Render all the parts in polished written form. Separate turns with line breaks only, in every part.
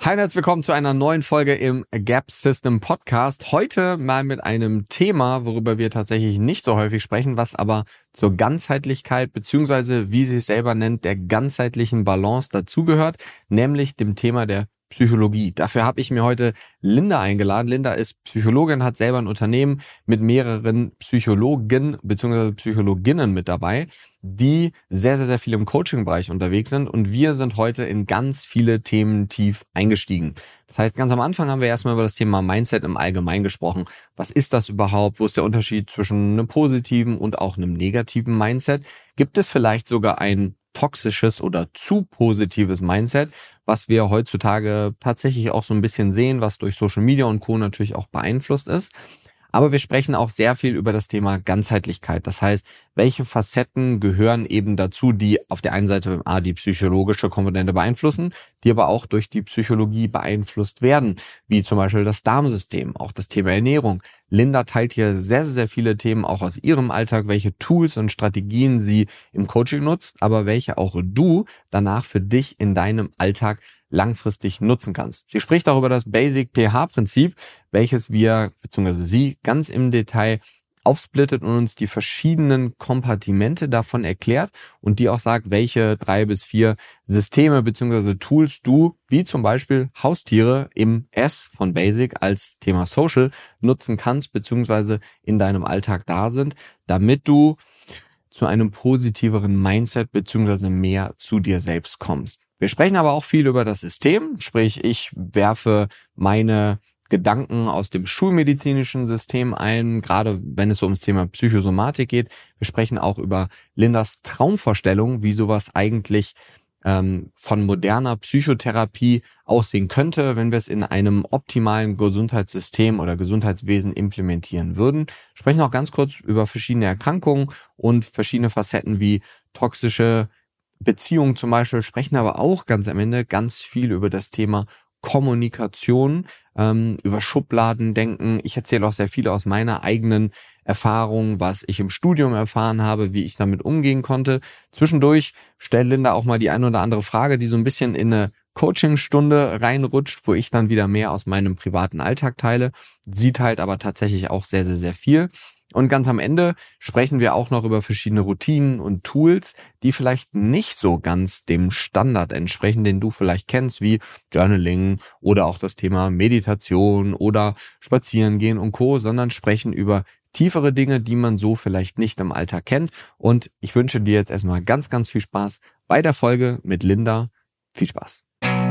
Hi und herzlich willkommen zu einer neuen Folge im Gap System Podcast. Heute mal mit einem Thema, worüber wir tatsächlich nicht so häufig sprechen, was aber zur Ganzheitlichkeit beziehungsweise, wie sie es selber nennt, der ganzheitlichen Balance dazugehört, nämlich dem Thema der Psychologie. Dafür habe ich mir heute Linda eingeladen. Linda ist Psychologin, hat selber ein Unternehmen mit mehreren Psychologen bzw. Psychologinnen mit dabei, die sehr, sehr, sehr viel im Coaching-Bereich unterwegs sind, und wir sind heute in ganz viele Themen tief eingestiegen. Das heißt, ganz am Anfang haben wir erstmal über das Thema Mindset im Allgemeinen gesprochen. Was ist das überhaupt? Wo ist der Unterschied zwischen einem positiven und auch einem negativen Mindset? Gibt es vielleicht sogar ein toxisches oder zu positives Mindset, was wir heutzutage tatsächlich auch so ein bisschen sehen, was durch Social Media und Co. natürlich auch beeinflusst ist? Aber wir sprechen auch sehr viel über das Thema Ganzheitlichkeit. Das heißt, welche Facetten gehören eben dazu, die auf der einen Seite die psychologische Komponente beeinflussen, die aber auch durch die Psychologie beeinflusst werden, wie zum Beispiel das Darmsystem, auch das Thema Ernährung. Linda teilt hier sehr, sehr viele Themen auch aus ihrem Alltag, welche Tools und Strategien sie im Coaching nutzt, aber welche auch du danach für dich in deinem Alltag langfristig nutzen kannst. Sie spricht auch über das Basic pH-Prinzip, welches wir bzw. sie ganz im Detail aufsplittet und uns die verschiedenen Kompartimente davon erklärt und die auch sagt, welche 3 bis 4 Systeme bzw. Tools du, wie zum Beispiel Haustiere im S von Basic als Thema Social, nutzen kannst bzw. in deinem Alltag da sind, damit du zu einem positiveren Mindset bzw. mehr zu dir selbst kommst. Wir sprechen aber auch viel über das System, sprich ich werfe meine Gedanken aus dem schulmedizinischen System ein, gerade wenn es so ums Thema Psychosomatik geht. Wir sprechen auch über Lindas Traumvorstellung, wie sowas eigentlich von moderner Psychotherapie aussehen könnte, wenn wir es in einem optimalen Gesundheitssystem oder Gesundheitswesen implementieren würden. Sprechen auch ganz kurz über verschiedene Erkrankungen und verschiedene Facetten wie toxische Beziehungen zum Beispiel, sprechen aber auch ganz am Ende ganz viel über das Thema Kommunikation, über Schubladendenken. Ich erzähle auch sehr viel aus meiner eigenen Erfahrung, was ich im Studium erfahren habe, wie ich damit umgehen konnte. Zwischendurch stellt Linda auch mal die eine oder andere Frage, die so ein bisschen in eine Coachingstunde reinrutscht, wo ich dann wieder mehr aus meinem privaten Alltag teile. Sie teilt aber tatsächlich auch sehr, sehr, sehr viel. Und ganz am Ende sprechen wir auch noch über verschiedene Routinen und Tools, die vielleicht nicht so ganz dem Standard entsprechen, den du vielleicht kennst, wie Journaling oder auch das Thema Meditation oder Spazierengehen und Co., sondern sprechen über tiefere Dinge, die man so vielleicht nicht im Alltag kennt. Und ich wünsche dir jetzt erstmal ganz, ganz viel Spaß bei der Folge mit Linda. Viel Spaß.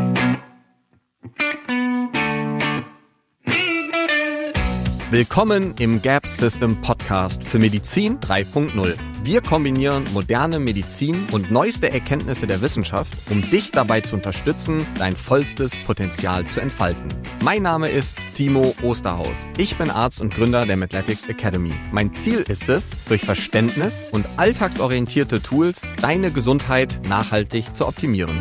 Willkommen im Gap System Podcast für Medizin 3.0. Wir kombinieren moderne Medizin und neueste Erkenntnisse der Wissenschaft, um dich dabei zu unterstützen, dein vollstes Potenzial zu entfalten. Mein Name ist Timo Osterhaus. Ich bin Arzt und Gründer der Mathletics Academy. Mein Ziel ist es, durch Verständnis und alltagsorientierte Tools deine Gesundheit nachhaltig zu optimieren.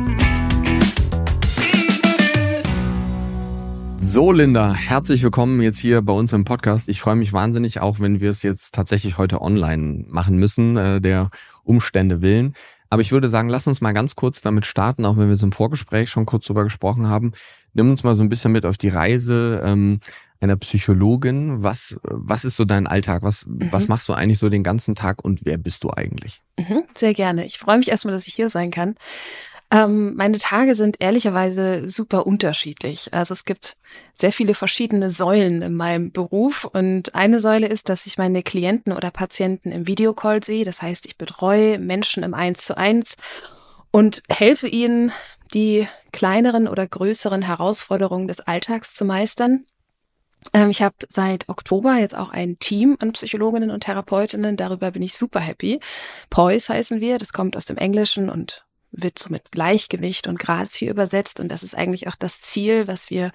So, Linda, herzlich willkommen jetzt hier bei uns im Podcast. Ich freue mich wahnsinnig, auch wenn wir es jetzt tatsächlich heute online machen müssen, der Umstände willen. Aber ich würde sagen, lass uns mal ganz kurz damit starten, auch wenn wir es im Vorgespräch schon kurz drüber gesprochen haben. Nimm uns mal so ein bisschen mit auf die Reise einer Psychologin. Was ist so dein Alltag? Was machst du eigentlich so den ganzen Tag und wer bist du eigentlich?
Sehr gerne. Ich freue mich erstmal, dass ich hier sein kann. Meine Tage sind ehrlicherweise super unterschiedlich. Also es gibt sehr viele verschiedene Säulen in meinem Beruf und eine Säule ist, dass ich meine Klienten oder Patienten im Videocall sehe. Das heißt, ich betreue Menschen im 1:1 und helfe ihnen, die kleineren oder größeren Herausforderungen des Alltags zu meistern. Ich habe seit Oktober jetzt auch ein Team an Psychologinnen und Therapeutinnen. Darüber bin ich super happy. POISE heißen wir. Das kommt aus dem Englischen und wird so mit Gleichgewicht und Grazie übersetzt. Und das ist eigentlich auch das Ziel, was wir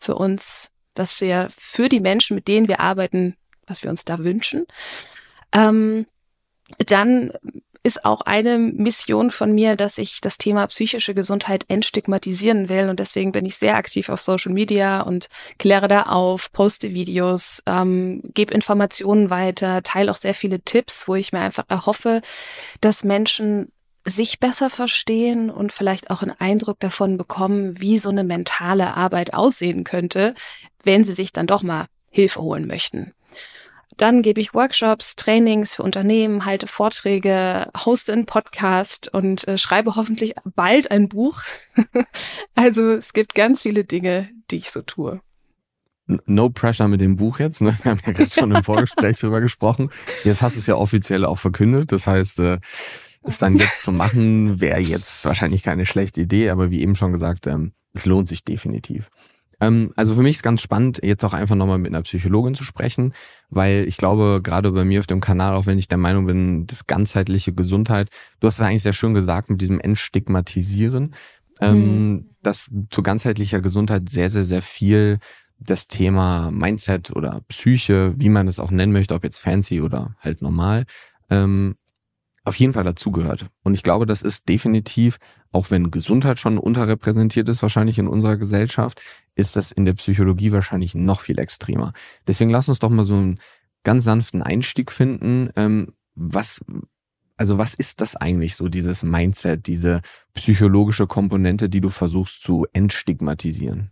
für die Menschen, mit denen wir arbeiten, was wir uns da wünschen. Dann ist auch eine Mission von mir, dass ich das Thema psychische Gesundheit entstigmatisieren will. Und deswegen bin ich sehr aktiv auf Social Media und kläre da auf, poste Videos, gebe Informationen weiter, teile auch sehr viele Tipps, wo ich mir einfach erhoffe, dass Menschen sich besser verstehen und vielleicht auch einen Eindruck davon bekommen, wie so eine mentale Arbeit aussehen könnte, wenn sie sich dann doch mal Hilfe holen möchten. Dann gebe ich Workshops, Trainings für Unternehmen, halte Vorträge, hoste einen Podcast und schreibe hoffentlich bald ein Buch. Also es gibt ganz viele Dinge, die ich so tue.
No pressure mit dem Buch jetzt, ne? Wir haben ja gerade schon im Vorgespräch drüber gesprochen. Jetzt hast du es ja offiziell auch verkündet. Das heißt, es dann jetzt zu machen, wäre jetzt wahrscheinlich keine schlechte Idee, aber wie eben schon gesagt, es lohnt sich definitiv. Also für mich ist ganz spannend, jetzt auch einfach nochmal mit einer Psychologin zu sprechen, weil ich glaube, gerade bei mir auf dem Kanal, auch wenn ich der Meinung bin, das ganzheitliche Gesundheit, du hast es eigentlich sehr schön gesagt mit diesem Entstigmatisieren, dass zu ganzheitlicher Gesundheit sehr, sehr, sehr viel das Thema Mindset oder Psyche, wie man es auch nennen möchte, ob jetzt fancy oder halt normal, auf jeden Fall dazugehört. Und ich glaube, das ist definitiv, auch wenn Gesundheit schon unterrepräsentiert ist, wahrscheinlich in unserer Gesellschaft, ist das in der Psychologie wahrscheinlich noch viel extremer. Deswegen lass uns doch mal so einen ganz sanften Einstieg finden. Was ist das eigentlich so, dieses Mindset, diese psychologische Komponente, die du versuchst zu entstigmatisieren?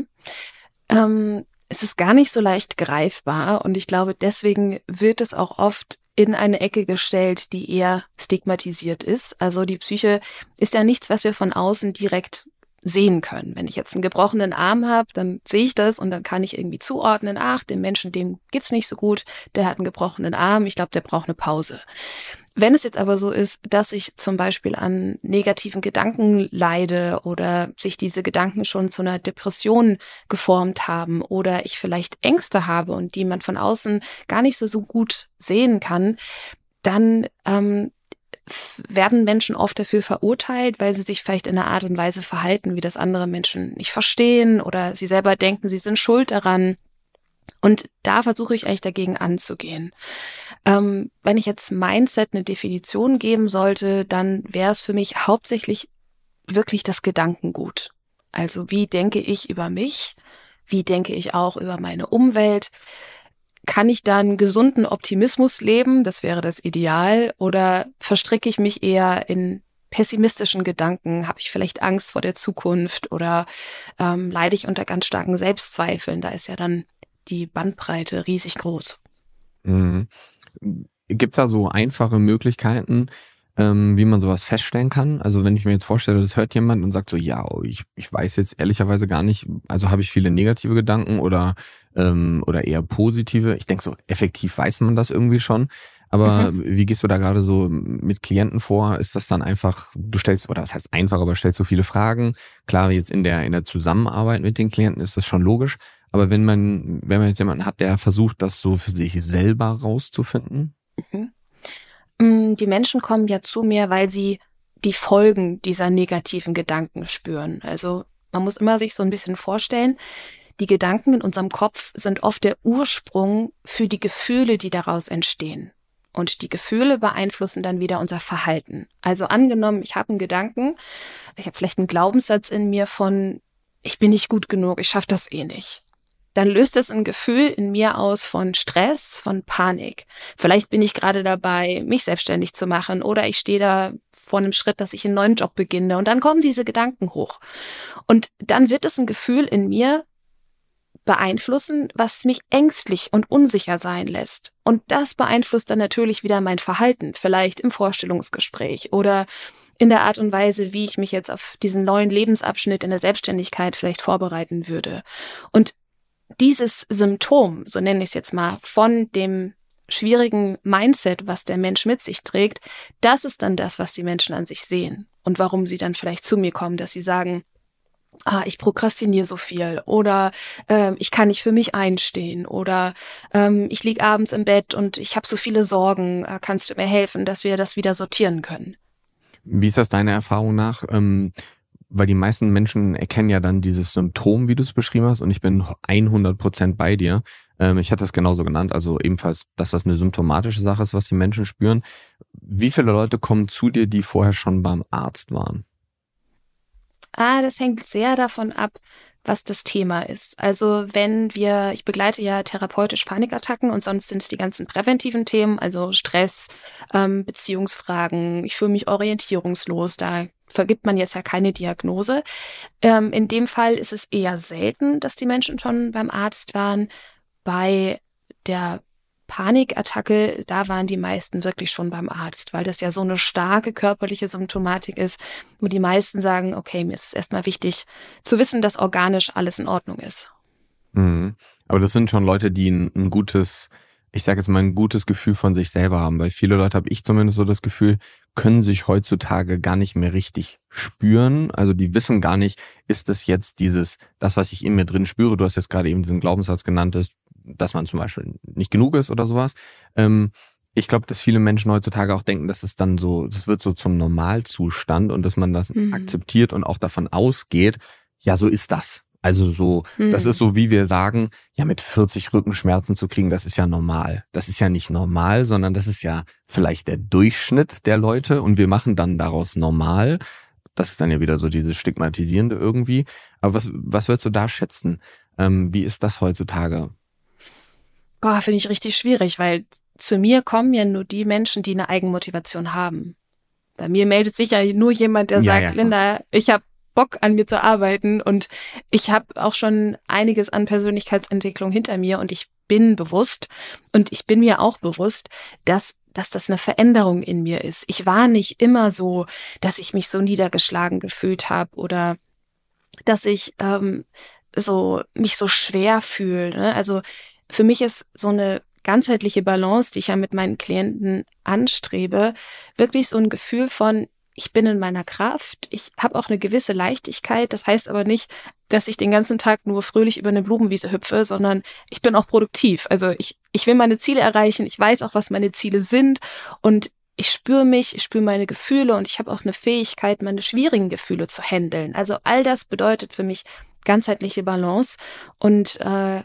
Es ist gar nicht so leicht greifbar und ich glaube, deswegen wird es auch oft in eine Ecke gestellt, die eher stigmatisiert ist. Also die Psyche ist ja nichts, was wir von außen direkt sehen können. Wenn ich jetzt einen gebrochenen Arm habe, dann sehe ich das und dann kann ich irgendwie zuordnen, ach, dem Menschen, dem geht's nicht so gut, der hat einen gebrochenen Arm, ich glaube, der braucht eine Pause. Wenn es jetzt aber so ist, dass ich zum Beispiel an negativen Gedanken leide oder sich diese Gedanken schon zu einer Depression geformt haben oder ich vielleicht Ängste habe und die man von außen gar nicht so gut sehen kann, dann werden Menschen oft dafür verurteilt, weil sie sich vielleicht in einer Art und Weise verhalten, wie das andere Menschen nicht verstehen oder sie selber denken, sie sind schuld daran. Und da versuche ich eigentlich dagegen anzugehen. Wenn ich jetzt Mindset eine Definition geben sollte, dann wäre es für mich hauptsächlich wirklich das Gedankengut. Also wie denke ich über mich? Wie denke ich auch über meine Umwelt? Kann ich dann gesunden Optimismus leben? Das wäre das Ideal. Oder verstricke ich mich eher in pessimistischen Gedanken? Habe ich vielleicht Angst vor der Zukunft? Oder leide ich unter ganz starken Selbstzweifeln? Da ist ja dann die Bandbreite riesig groß.
Mhm. Gibt's da so einfache Möglichkeiten, wie man sowas feststellen kann? Also wenn ich mir jetzt vorstelle, das hört jemand und sagt so, ja, ich weiß jetzt ehrlicherweise gar nicht, also habe ich viele negative Gedanken oder eher positive. Ich denke so, effektiv weiß man das irgendwie schon. Aber wie gehst du da gerade so mit Klienten vor? Ist das dann einfach, du stellst, oder was heißt einfach, aber stellst du viele Fragen? Klar, jetzt in der Zusammenarbeit mit den Klienten ist das schon logisch. Aber wenn man jetzt jemanden hat, der versucht, das so für sich selber rauszufinden?
Die Menschen kommen ja zu mir, weil sie die Folgen dieser negativen Gedanken spüren. Also man muss immer sich so ein bisschen vorstellen, die Gedanken in unserem Kopf sind oft der Ursprung für die Gefühle, die daraus entstehen. Und die Gefühle beeinflussen dann wieder unser Verhalten. Also angenommen, ich habe einen Gedanken, ich habe vielleicht einen Glaubenssatz in mir von, ich bin nicht gut genug, ich schaffe das eh nicht. Dann löst es ein Gefühl in mir aus von Stress, von Panik. Vielleicht bin ich gerade dabei, mich selbstständig zu machen oder ich stehe da vor einem Schritt, dass ich einen neuen Job beginne und dann kommen diese Gedanken hoch. Und dann wird es ein Gefühl in mir beeinflussen, was mich ängstlich und unsicher sein lässt. Und das beeinflusst dann natürlich wieder mein Verhalten, vielleicht im Vorstellungsgespräch oder in der Art und Weise, wie ich mich jetzt auf diesen neuen Lebensabschnitt in der Selbstständigkeit vielleicht vorbereiten würde. Und dieses Symptom, so nenne ich es jetzt mal, von dem schwierigen Mindset, was der Mensch mit sich trägt, das ist dann das, was die Menschen an sich sehen und warum sie dann vielleicht zu mir kommen, dass sie sagen, ich prokrastiniere so viel oder ich kann nicht für mich einstehen oder ich liege abends im Bett und ich habe so viele Sorgen, kannst du mir helfen, dass wir das wieder sortieren können?
Wie ist das deiner Erfahrung nach? Weil die meisten Menschen erkennen ja dann dieses Symptom, wie du es beschrieben hast, und ich bin 100% bei dir. Ich hatte das genauso genannt, also ebenfalls, dass das eine symptomatische Sache ist, was die Menschen spüren. Wie viele Leute kommen zu dir, die vorher schon beim Arzt waren?
Das hängt sehr davon ab, was das Thema ist. Also ich begleite ja therapeutisch Panikattacken und sonst sind es die ganzen präventiven Themen, also Stress, Beziehungsfragen, ich fühle mich orientierungslos, da vergibt man jetzt ja keine Diagnose. In dem Fall ist es eher selten, dass die Menschen schon beim Arzt waren. Bei der Panikattacke, da waren die meisten wirklich schon beim Arzt, weil das ja so eine starke körperliche Symptomatik ist, wo die meisten sagen, okay, mir ist es erstmal wichtig zu wissen, dass organisch alles in Ordnung ist.
Mhm. Aber das sind schon Leute, die ein gutes, ich sage jetzt mal, ein gutes Gefühl von sich selber haben, weil viele Leute, habe ich zumindest so das Gefühl, können sich heutzutage gar nicht mehr richtig spüren. Also die wissen gar nicht, ist das jetzt das, was ich in mir drin spüre, du hast jetzt gerade eben diesen Glaubenssatz genannt, dass man zum Beispiel nicht genug ist oder sowas. Ich glaube, dass viele Menschen heutzutage auch denken, dass es dann so, das wird so zum Normalzustand und dass man das akzeptiert und auch davon ausgeht, ja, so ist das. Also so, das ist so, wie wir sagen, ja, mit 40 Rückenschmerzen zu kriegen, das ist ja normal. Das ist ja nicht normal, sondern das ist ja vielleicht der Durchschnitt der Leute und wir machen dann daraus normal. Das ist dann ja wieder so dieses Stigmatisierende irgendwie. Aber was würdest du da schätzen? Wie ist das heutzutage?
Finde ich richtig schwierig, weil zu mir kommen ja nur die Menschen, die eine Eigenmotivation haben. Bei mir meldet sich ja nur jemand, der sagt, ja, Linda, ich habe Bock an mir zu arbeiten und ich habe auch schon einiges an Persönlichkeitsentwicklung hinter mir und ich bin bewusst und ich bin mir auch bewusst, dass das eine Veränderung in mir ist. Ich war nicht immer so, dass ich mich so niedergeschlagen gefühlt habe oder dass ich mich so schwer fühle. Ne? Also für mich ist so eine ganzheitliche Balance, die ich ja mit meinen Klienten anstrebe, wirklich so ein Gefühl von, ich bin in meiner Kraft, ich habe auch eine gewisse Leichtigkeit, das heißt aber nicht, dass ich den ganzen Tag nur fröhlich über eine Blumenwiese hüpfe, sondern ich bin auch produktiv. Also ich will meine Ziele erreichen, ich weiß auch, was meine Ziele sind und ich spüre mich, ich spüre meine Gefühle und ich habe auch eine Fähigkeit, meine schwierigen Gefühle zu handeln. Also all das bedeutet für mich ganzheitliche Balance und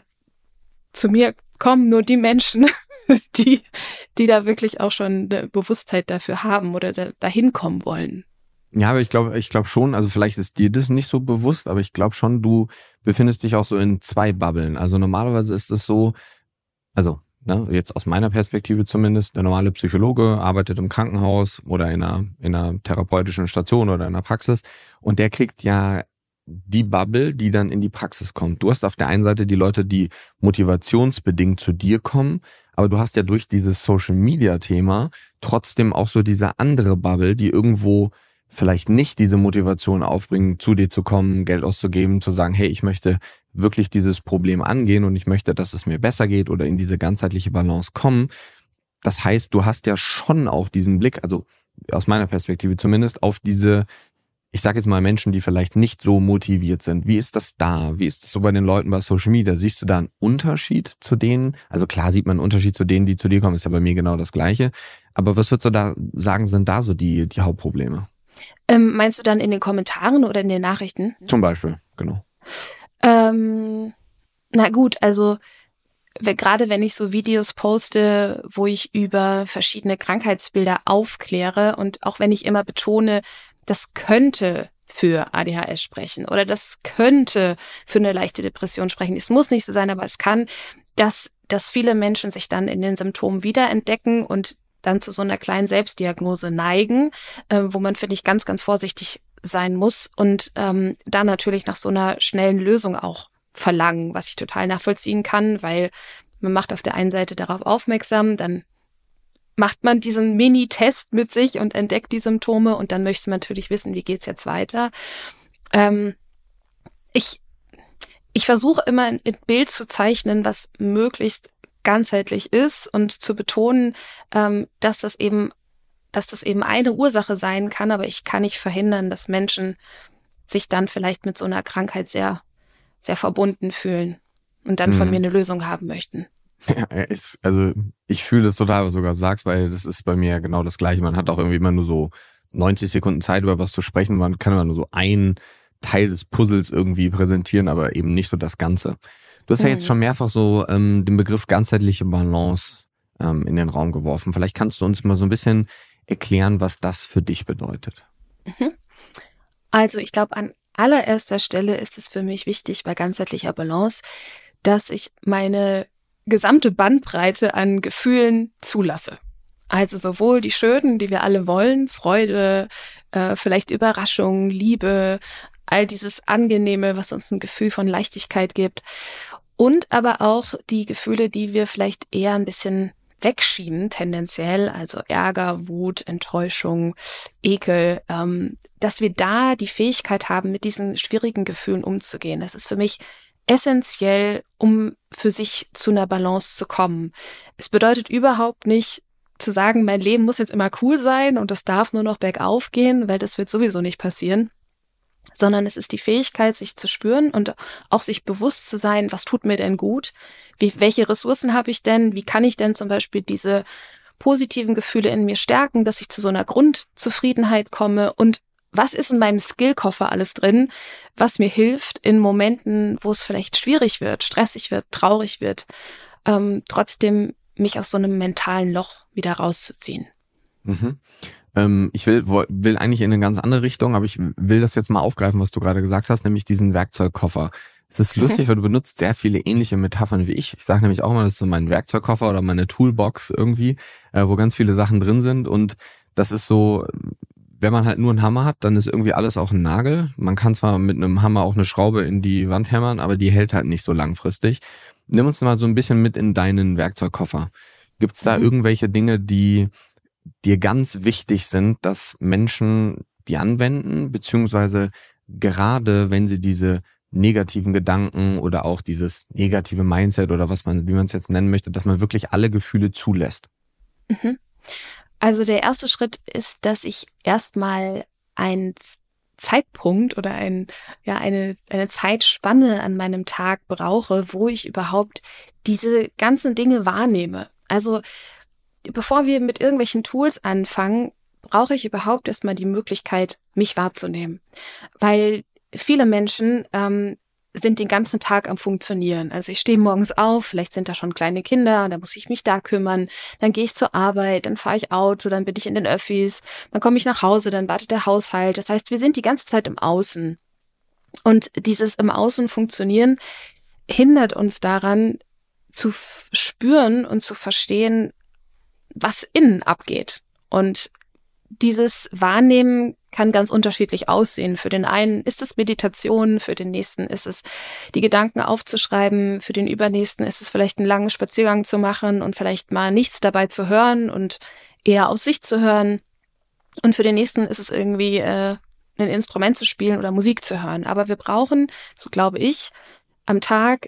zu mir kommen nur die Menschen, die da wirklich auch schon eine Bewusstheit dafür haben oder dahin kommen wollen.
Ja, aber ich glaube schon, also vielleicht ist dir das nicht so bewusst, aber ich glaube schon, du befindest dich auch so in zwei Bubbeln. Also normalerweise ist es so, also jetzt aus meiner Perspektive zumindest, der normale Psychologe arbeitet im Krankenhaus oder in einer therapeutischen Station oder in einer Praxis und der kriegt ja die Bubble, die dann in die Praxis kommt. Du hast auf der einen Seite die Leute, die motivationsbedingt zu dir kommen, aber du hast ja durch dieses Social-Media-Thema trotzdem auch so diese andere Bubble, die irgendwo vielleicht nicht diese Motivation aufbringen, zu dir zu kommen, Geld auszugeben, zu sagen, hey, ich möchte wirklich dieses Problem angehen und ich möchte, dass es mir besser geht oder in diese ganzheitliche Balance kommen. Das heißt, du hast ja schon auch diesen Blick, also aus meiner Perspektive zumindest, auf diese, ich sage jetzt mal Menschen, die vielleicht nicht so motiviert sind. Wie ist das da? Wie ist es so bei den Leuten bei Social Media? Siehst du da einen Unterschied zu denen? Also klar sieht man einen Unterschied zu denen, die zu dir kommen, ist ja bei mir genau das Gleiche. Aber was würdest du da sagen, sind da so die Hauptprobleme?
Meinst du dann in den Kommentaren oder in den Nachrichten?
Zum Beispiel, genau.
Na gut, also gerade wenn ich so Videos poste, wo ich über verschiedene Krankheitsbilder aufkläre und auch wenn ich immer betone, das könnte für ADHS sprechen oder das könnte für eine leichte Depression sprechen. Es muss nicht so sein, aber es kann, dass viele Menschen sich dann in den Symptomen wiederentdecken und dann zu so einer kleinen Selbstdiagnose neigen, wo man, finde ich, ganz, ganz vorsichtig sein muss und dann natürlich nach so einer schnellen Lösung auch verlangen, was ich total nachvollziehen kann, weil man macht auf der einen Seite darauf aufmerksam, dann macht man diesen Mini-Test mit sich und entdeckt die Symptome und dann möchte man natürlich wissen, wie geht's jetzt weiter. Ich versuche immer ein Bild zu zeichnen, was möglichst ganzheitlich ist und zu betonen, dass das eben eine Ursache sein kann, aber ich kann nicht verhindern, dass Menschen sich dann vielleicht mit so einer Krankheit sehr, sehr verbunden fühlen und dann von mir eine Lösung haben möchten.
Ja, also ich fühle das total, was du gerade sagst, weil das ist bei mir genau das Gleiche. Man hat auch irgendwie immer nur so 90 Sekunden Zeit, über was zu sprechen. Man kann immer nur so einen Teil des Puzzles irgendwie präsentieren, aber eben nicht so das Ganze. Du hast ja jetzt schon mehrfach so den Begriff ganzheitliche Balance in den Raum geworfen. Vielleicht kannst du uns mal so ein bisschen erklären, was das für dich bedeutet.
Also ich glaube, an allererster Stelle ist es für mich wichtig bei ganzheitlicher Balance, dass ich meine gesamte Bandbreite an Gefühlen zulasse. Also sowohl die schönen, die wir alle wollen, Freude, vielleicht Überraschung, Liebe, all dieses Angenehme, was uns ein Gefühl von Leichtigkeit gibt. Und aber auch die Gefühle, die wir vielleicht eher ein bisschen wegschieben, tendenziell, also Ärger, Wut, Enttäuschung, Ekel, dass wir da die Fähigkeit haben, mit diesen schwierigen Gefühlen umzugehen. Das ist für mich essentiell, um für sich zu einer Balance zu kommen. Es bedeutet überhaupt nicht zu sagen, mein Leben muss jetzt immer cool sein und es darf nur noch bergauf gehen, weil das wird sowieso nicht passieren, sondern es ist die Fähigkeit, sich zu spüren und auch sich bewusst zu sein, was tut mir denn gut, welche Ressourcen habe ich denn, wie kann ich denn zum Beispiel diese positiven Gefühle in mir stärken, dass ich zu so einer Grundzufriedenheit komme und was ist in meinem Skillkoffer alles drin, was mir hilft in Momenten, wo es vielleicht schwierig wird, stressig wird, traurig wird, trotzdem mich aus so einem mentalen Loch wieder rauszuziehen.
Mhm. Ich will eigentlich in eine ganz andere Richtung, aber ich will das jetzt mal aufgreifen, was du gerade gesagt hast, nämlich diesen Werkzeugkoffer. Es ist lustig, weil du benutzt sehr viele ähnliche Metaphern wie ich. Ich sage nämlich auch immer, das ist so mein Werkzeugkoffer oder meine Toolbox irgendwie, wo ganz viele Sachen drin sind. Und das ist so, wenn man halt nur einen Hammer hat, dann ist irgendwie alles auch ein Nagel. Man kann zwar mit einem Hammer auch eine Schraube in die Wand hämmern, aber die hält halt nicht so langfristig. Nimm uns mal so ein bisschen mit in deinen Werkzeugkoffer. Gibt es da irgendwelche Dinge, die dir ganz wichtig sind, dass Menschen die anwenden, beziehungsweise gerade wenn sie diese negativen Gedanken oder auch dieses negative Mindset oder wie man es jetzt nennen möchte, dass man wirklich alle Gefühle zulässt?
Mhm. Also der erste Schritt ist, dass ich erstmal einen Zeitpunkt oder eine Zeitspanne an meinem Tag brauche, wo ich überhaupt diese ganzen Dinge wahrnehme. Also bevor wir mit irgendwelchen Tools anfangen, brauche ich überhaupt erstmal die Möglichkeit, mich wahrzunehmen. Weil viele Menschen sind den ganzen Tag am Funktionieren. Also ich stehe morgens auf, vielleicht sind da schon kleine Kinder, dann muss ich mich da kümmern, dann gehe ich zur Arbeit, dann fahre ich Auto, dann bin ich in den Öffis, dann komme ich nach Hause, dann wartet der Haushalt. Das heißt, wir sind die ganze Zeit im Außen. Und dieses im Außen funktionieren hindert uns daran, zu spüren und zu verstehen, was innen abgeht. Und dieses Wahrnehmen kann ganz unterschiedlich aussehen. Für den einen ist es Meditation, für den nächsten ist es, die Gedanken aufzuschreiben, für den übernächsten ist es vielleicht einen langen Spaziergang zu machen und vielleicht mal nichts dabei zu hören und eher auf sich zu hören. Und für den nächsten ist es irgendwie ein Instrument zu spielen oder Musik zu hören. Aber wir brauchen, so glaube ich, am Tag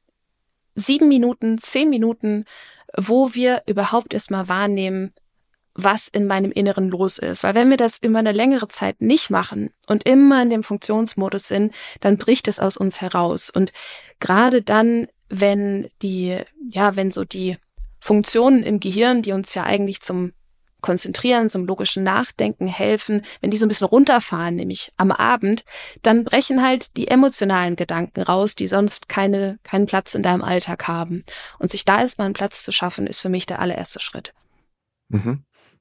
7 Minuten, 10 Minuten, wo wir überhaupt erstmal wahrnehmen, was in meinem Inneren los ist. Weil wenn wir das über eine längere Zeit nicht machen und immer in dem Funktionsmodus sind, dann bricht es aus uns heraus. Und gerade dann, wenn so die Funktionen im Gehirn, die uns ja eigentlich zum Konzentrieren, zum logischen Nachdenken helfen, wenn die so ein bisschen runterfahren, nämlich am Abend, dann brechen halt die emotionalen Gedanken raus, die sonst keinen Platz in deinem Alltag haben. Und sich da erstmal einen Platz zu schaffen, ist für mich der allererste Schritt.
Mhm.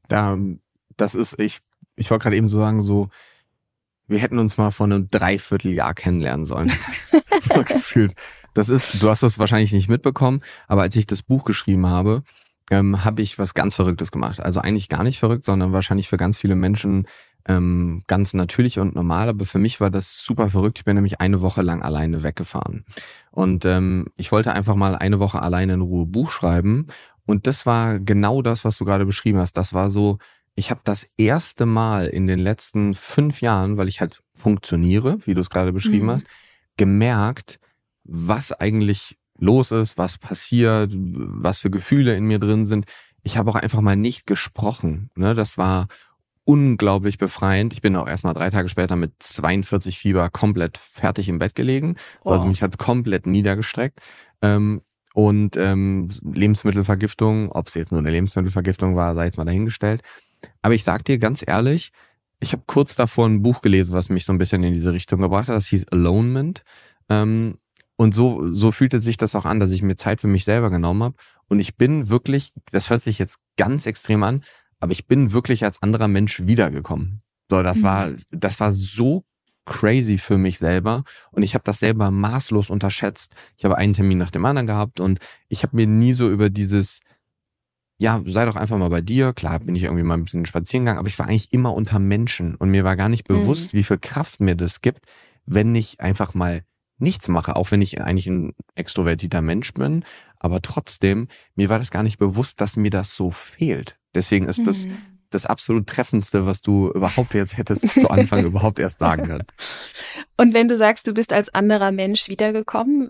Ich wollte gerade eben so sagen, wir hätten uns mal vor einem Dreivierteljahr kennenlernen sollen. So gefühlt. Du hast das wahrscheinlich nicht mitbekommen, aber als ich das Buch geschrieben habe, habe ich was ganz Verrücktes gemacht. Also eigentlich gar nicht verrückt, sondern wahrscheinlich für ganz viele Menschen ganz natürlich und normal. Aber für mich war das super verrückt. Ich bin nämlich eine Woche lang alleine weggefahren. Und ich wollte einfach mal eine Woche alleine in Ruhe Buch schreiben. Und das war genau das, was du gerade beschrieben hast. Das war so, ich habe das erste Mal in den letzten 5 Jahren, weil ich halt funktioniere, wie du es gerade beschrieben hast, gemerkt, was eigentlich los ist, was passiert, was für Gefühle in mir drin sind. Ich habe auch einfach mal nicht gesprochen. Ne? Das war unglaublich befreiend. Ich bin auch erst mal 3 Tage später mit 42 Fieber komplett fertig im Bett gelegen. Wow. Also mich hat's komplett niedergestreckt. Und Lebensmittelvergiftung, ob es jetzt nur eine Lebensmittelvergiftung war, sei jetzt mal dahingestellt. Aber ich sag dir ganz ehrlich, ich habe kurz davor ein Buch gelesen, was mich so ein bisschen in diese Richtung gebracht hat. Das hieß Alonement. Und so fühlte sich das auch an, dass ich mir Zeit für mich selber genommen habe. Und ich bin wirklich, das hört sich jetzt ganz extrem an, aber ich bin wirklich als anderer Mensch wiedergekommen. So, das war so crazy für mich selber und ich habe das selber maßlos unterschätzt. Ich habe einen Termin nach dem anderen gehabt und ich habe mir nie so über dieses, ja, sei doch einfach mal bei dir. Klar bin ich irgendwie mal ein bisschen spazieren gegangen, aber ich war eigentlich immer unter Menschen und mir war gar nicht bewusst, wie viel Kraft mir das gibt, wenn ich einfach mal nichts mache, auch wenn ich eigentlich ein extrovertierter Mensch bin, aber trotzdem, mir war das gar nicht bewusst, dass mir das so fehlt. Deswegen ist das absolut Treffendste, was du überhaupt jetzt hättest zu Anfang überhaupt erst sagen können.
Und wenn du sagst, du bist als anderer Mensch wiedergekommen,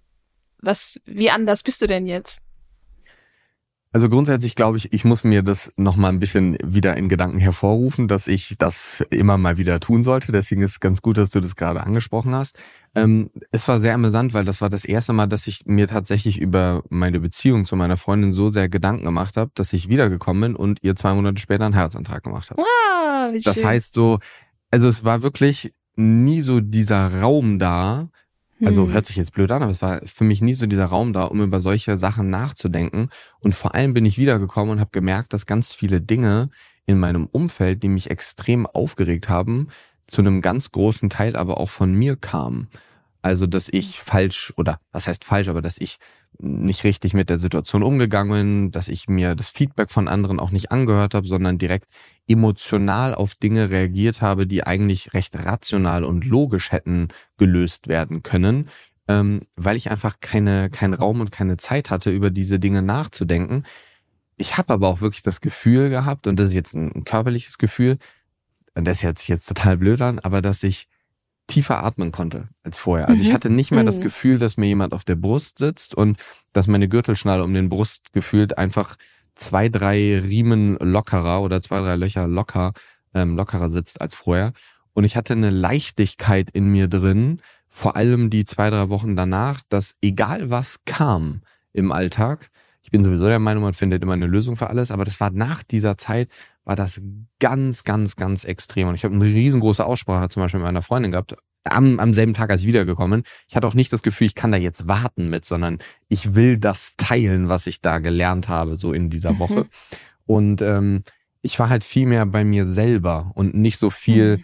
wie anders bist du denn jetzt?
Also grundsätzlich glaube ich, ich muss mir das nochmal ein bisschen wieder in Gedanken hervorrufen, dass ich das immer mal wieder tun sollte. Deswegen ist es ganz gut, dass du das gerade angesprochen hast. Es war sehr amüsant, weil das war das erste Mal, dass ich mir tatsächlich über meine Beziehung zu meiner Freundin so sehr Gedanken gemacht habe, dass ich wiedergekommen bin und ihr 2 Monate später einen Heiratsantrag gemacht habe.
Ah, wie schön.
Das heißt so, also es war wirklich nie so dieser Raum da. Also hört sich jetzt blöd an, aber es war für mich nie so dieser Raum da, um über solche Sachen nachzudenken. Und vor allem bin ich wiedergekommen und habe gemerkt, dass ganz viele Dinge in meinem Umfeld, die mich extrem aufgeregt haben, zu einem ganz großen Teil aber auch von mir kamen. Also, dass ich dass ich nicht richtig mit der Situation umgegangen bin, dass ich mir das Feedback von anderen auch nicht angehört habe, sondern direkt emotional auf Dinge reagiert habe, die eigentlich recht rational und logisch hätten gelöst werden können, weil ich einfach keinen Raum und keine Zeit hatte, über diese Dinge nachzudenken. Ich habe aber auch wirklich das Gefühl gehabt, und das ist jetzt ein körperliches Gefühl, und das hört sich jetzt total blöd an, aber dass ich tiefer atmen konnte als vorher. Also ich hatte nicht mehr das Gefühl, dass mir jemand auf der Brust sitzt und dass meine Gürtelschnalle um den Brust gefühlt einfach 2, 3 Riemen lockerer oder 2, 3 Löcher lockerer sitzt als vorher. Und ich hatte eine Leichtigkeit in mir drin, vor allem die 2, 3 Wochen danach, dass egal was kam im Alltag, ich bin sowieso der Meinung, man findet immer eine Lösung für alles, aber das war nach dieser Zeit, war das ganz, ganz, ganz extrem. Und ich habe eine riesengroße Aussprache zum Beispiel mit meiner Freundin gehabt, am selben Tag als ich wiedergekommen. Ich hatte auch nicht das Gefühl, ich kann da jetzt warten mit, sondern ich will das teilen, was ich da gelernt habe, so in dieser Woche. Und ich war halt viel mehr bei mir selber und nicht so viel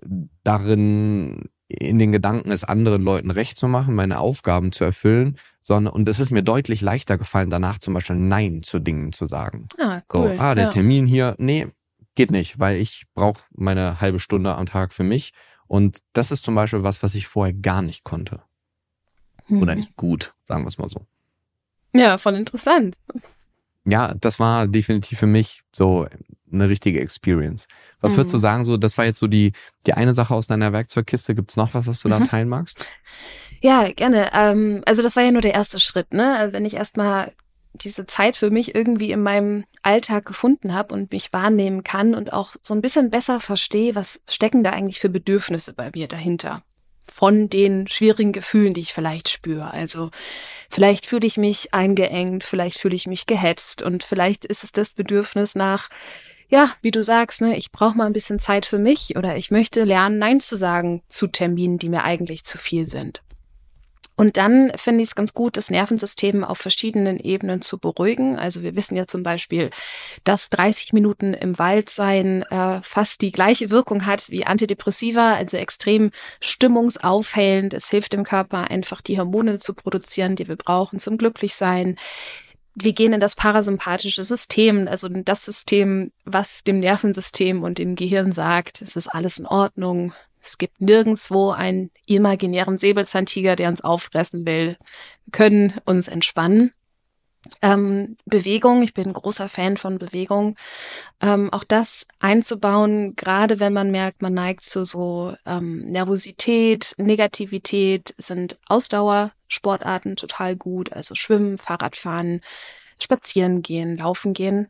darin, in den Gedanken, es anderen Leuten recht zu machen, meine Aufgaben zu erfüllen, sondern, und es ist mir deutlich leichter gefallen, danach zum Beispiel Nein zu Dingen zu sagen.
Ah, cool.
So, der Termin hier, nee, geht nicht, weil ich brauche meine halbe Stunde am Tag für mich. Und das ist zum Beispiel was ich vorher gar nicht konnte. Oder nicht gut, sagen wir es mal so.
Ja, voll interessant.
Ja, das war definitiv für mich so eine richtige Experience. Was würdest du sagen, so, das war jetzt so die eine Sache aus deiner Werkzeugkiste. Gibt's noch was du da teilen magst?
Ja, gerne. Also das war ja nur der erste Schritt, ne? Also wenn ich erstmal diese Zeit für mich irgendwie in meinem Alltag gefunden habe und mich wahrnehmen kann und auch so ein bisschen besser verstehe, was stecken da eigentlich für Bedürfnisse bei mir dahinter. Von den schwierigen Gefühlen, die ich vielleicht spüre. Also vielleicht fühle ich mich eingeengt, vielleicht fühle ich mich gehetzt und vielleicht ist es das Bedürfnis nach, ja, wie du sagst, ne, ich brauche mal ein bisschen Zeit für mich oder ich möchte lernen, Nein zu sagen zu Terminen, die mir eigentlich zu viel sind. Und dann finde ich es ganz gut, das Nervensystem auf verschiedenen Ebenen zu beruhigen. Also wir wissen ja zum Beispiel, dass 30 Minuten im Wald sein fast die gleiche Wirkung hat wie Antidepressiva, also extrem stimmungsaufhellend. Es hilft dem Körper einfach, die Hormone zu produzieren, die wir brauchen zum Glücklichsein. Wir gehen in das parasympathische System, also in das System, was dem Nervensystem und dem Gehirn sagt, es ist alles in Ordnung. Es gibt nirgendwo einen imaginären Säbelzahntiger, der uns auffressen will. Wir können uns entspannen. Bewegung, ich bin ein großer Fan von Bewegung. Auch das einzubauen, gerade wenn man merkt, man neigt zu so Nervosität, Negativität, sind Ausdauersportarten total gut. Also Schwimmen, Fahrradfahren, Spazieren gehen, Laufen gehen.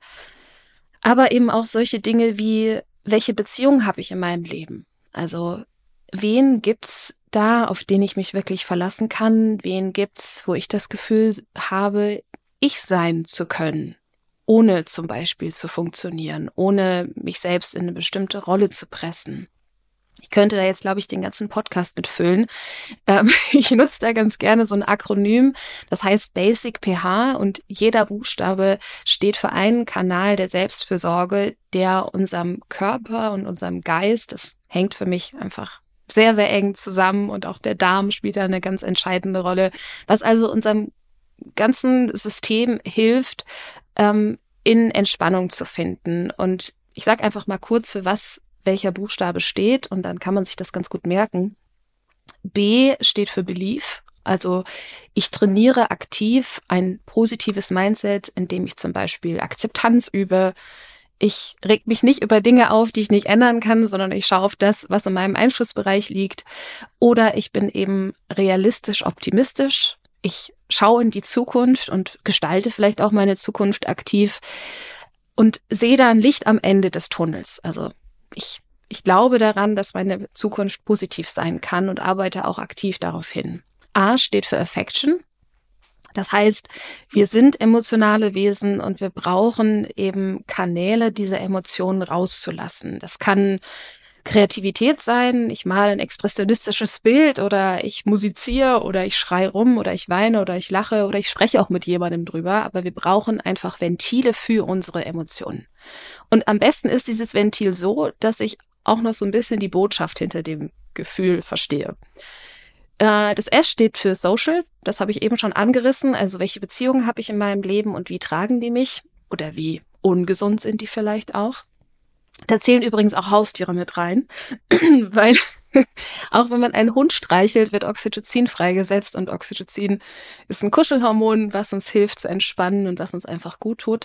Aber eben auch solche Dinge wie, welche Beziehung habe ich in meinem Leben? Also wen gibt's da, auf den ich mich wirklich verlassen kann? Wen gibt's, wo ich das Gefühl habe, ich sein zu können, ohne zum Beispiel zu funktionieren, ohne mich selbst in eine bestimmte Rolle zu pressen? Ich könnte da jetzt, glaube ich, den ganzen Podcast mitfüllen. Ich nutze da ganz gerne so ein Akronym, das heißt Basic PH und jeder Buchstabe steht für einen Kanal der Selbstfürsorge, der unserem Körper und unserem Geist, das hängt für mich einfach sehr, sehr eng zusammen und auch der Darm spielt da eine ganz entscheidende Rolle, was also unserem ganzen System hilft, in Entspannung zu finden. Und ich sage einfach mal kurz, für was welcher Buchstabe steht und dann kann man sich das ganz gut merken. B steht für Belief. Also ich trainiere aktiv ein positives Mindset, indem ich zum Beispiel Akzeptanz übe. Ich reg mich nicht über Dinge auf, die ich nicht ändern kann, sondern ich schaue auf das, was in meinem Einflussbereich liegt. Oder ich bin eben realistisch optimistisch. Ich schaue in die Zukunft und gestalte vielleicht auch meine Zukunft aktiv und sehe da ein Licht am Ende des Tunnels. Also ich glaube daran, dass meine Zukunft positiv sein kann und arbeite auch aktiv darauf hin. A steht für Affection. Das heißt, wir sind emotionale Wesen und wir brauchen eben Kanäle, diese Emotionen rauszulassen. Das kann Kreativität sein, ich male ein expressionistisches Bild oder ich musiziere oder ich schreie rum oder ich weine oder ich lache oder ich spreche auch mit jemandem drüber, aber wir brauchen einfach Ventile für unsere Emotionen. Und am besten ist dieses Ventil so, dass ich auch noch so ein bisschen die Botschaft hinter dem Gefühl verstehe. Das S steht für Social, das habe ich eben schon angerissen, also welche Beziehungen habe ich in meinem Leben und wie tragen die mich oder wie ungesund sind die vielleicht auch. Da zählen übrigens auch Haustiere mit rein, weil auch wenn man einen Hund streichelt, wird Oxytocin freigesetzt und Oxytocin ist ein Kuschelhormon, was uns hilft zu entspannen und was uns einfach gut tut.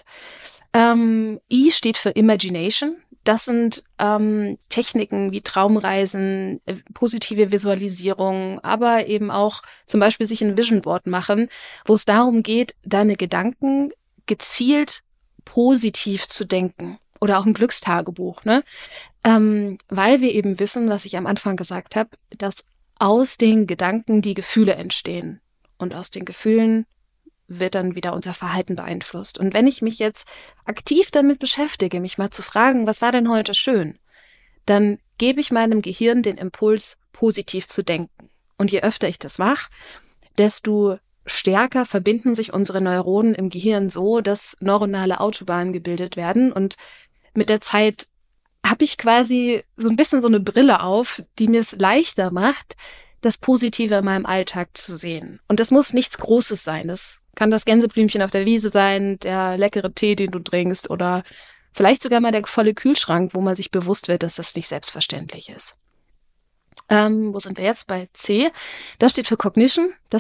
I steht für Imagination. Das sind Techniken wie Traumreisen, positive Visualisierung, aber eben auch zum Beispiel sich ein Vision Board machen, wo es darum geht, deine Gedanken gezielt positiv zu denken. Oder auch ein Glückstagebuch, ne? Weil wir eben wissen, was ich am Anfang gesagt habe, dass aus den Gedanken die Gefühle entstehen. Und aus den Gefühlen wird dann wieder unser Verhalten beeinflusst. Und wenn ich mich jetzt aktiv damit beschäftige, mich mal zu fragen, was war denn heute schön, dann gebe ich meinem Gehirn den Impuls, positiv zu denken. Und je öfter ich das mache, desto stärker verbinden sich unsere Neuronen im Gehirn so, dass neuronale Autobahnen gebildet werden. Und mit der Zeit habe ich quasi so ein bisschen so eine Brille auf, die mir es leichter macht, das Positive in meinem Alltag zu sehen. Und das muss nichts Großes sein. Das kann das Gänseblümchen auf der Wiese sein, der leckere Tee, den du trinkst oder vielleicht sogar mal der volle Kühlschrank, wo man sich bewusst wird, dass das nicht selbstverständlich ist. Wo sind wir jetzt? Bei C. Das steht für Cognition. Das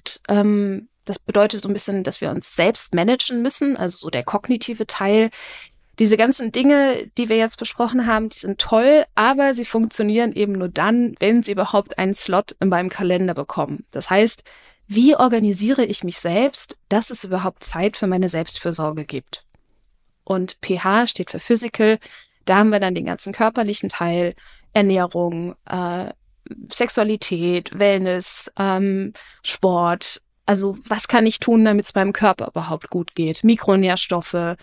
bedeutet so ein bisschen, dass wir uns selbst managen müssen, also so der kognitive Teil. Diese ganzen Dinge, die wir jetzt besprochen haben, die sind toll, aber sie funktionieren eben nur dann, wenn sie überhaupt einen Slot in meinem Kalender bekommen. Das heißt, wie organisiere ich mich selbst, dass es überhaupt Zeit für meine Selbstfürsorge gibt? Und pH steht für Physical. Da haben wir dann den ganzen körperlichen Teil, Ernährung, Sexualität, Wellness, Sport. Also was kann ich tun, damit es meinem Körper überhaupt gut geht? Mikronährstoffe.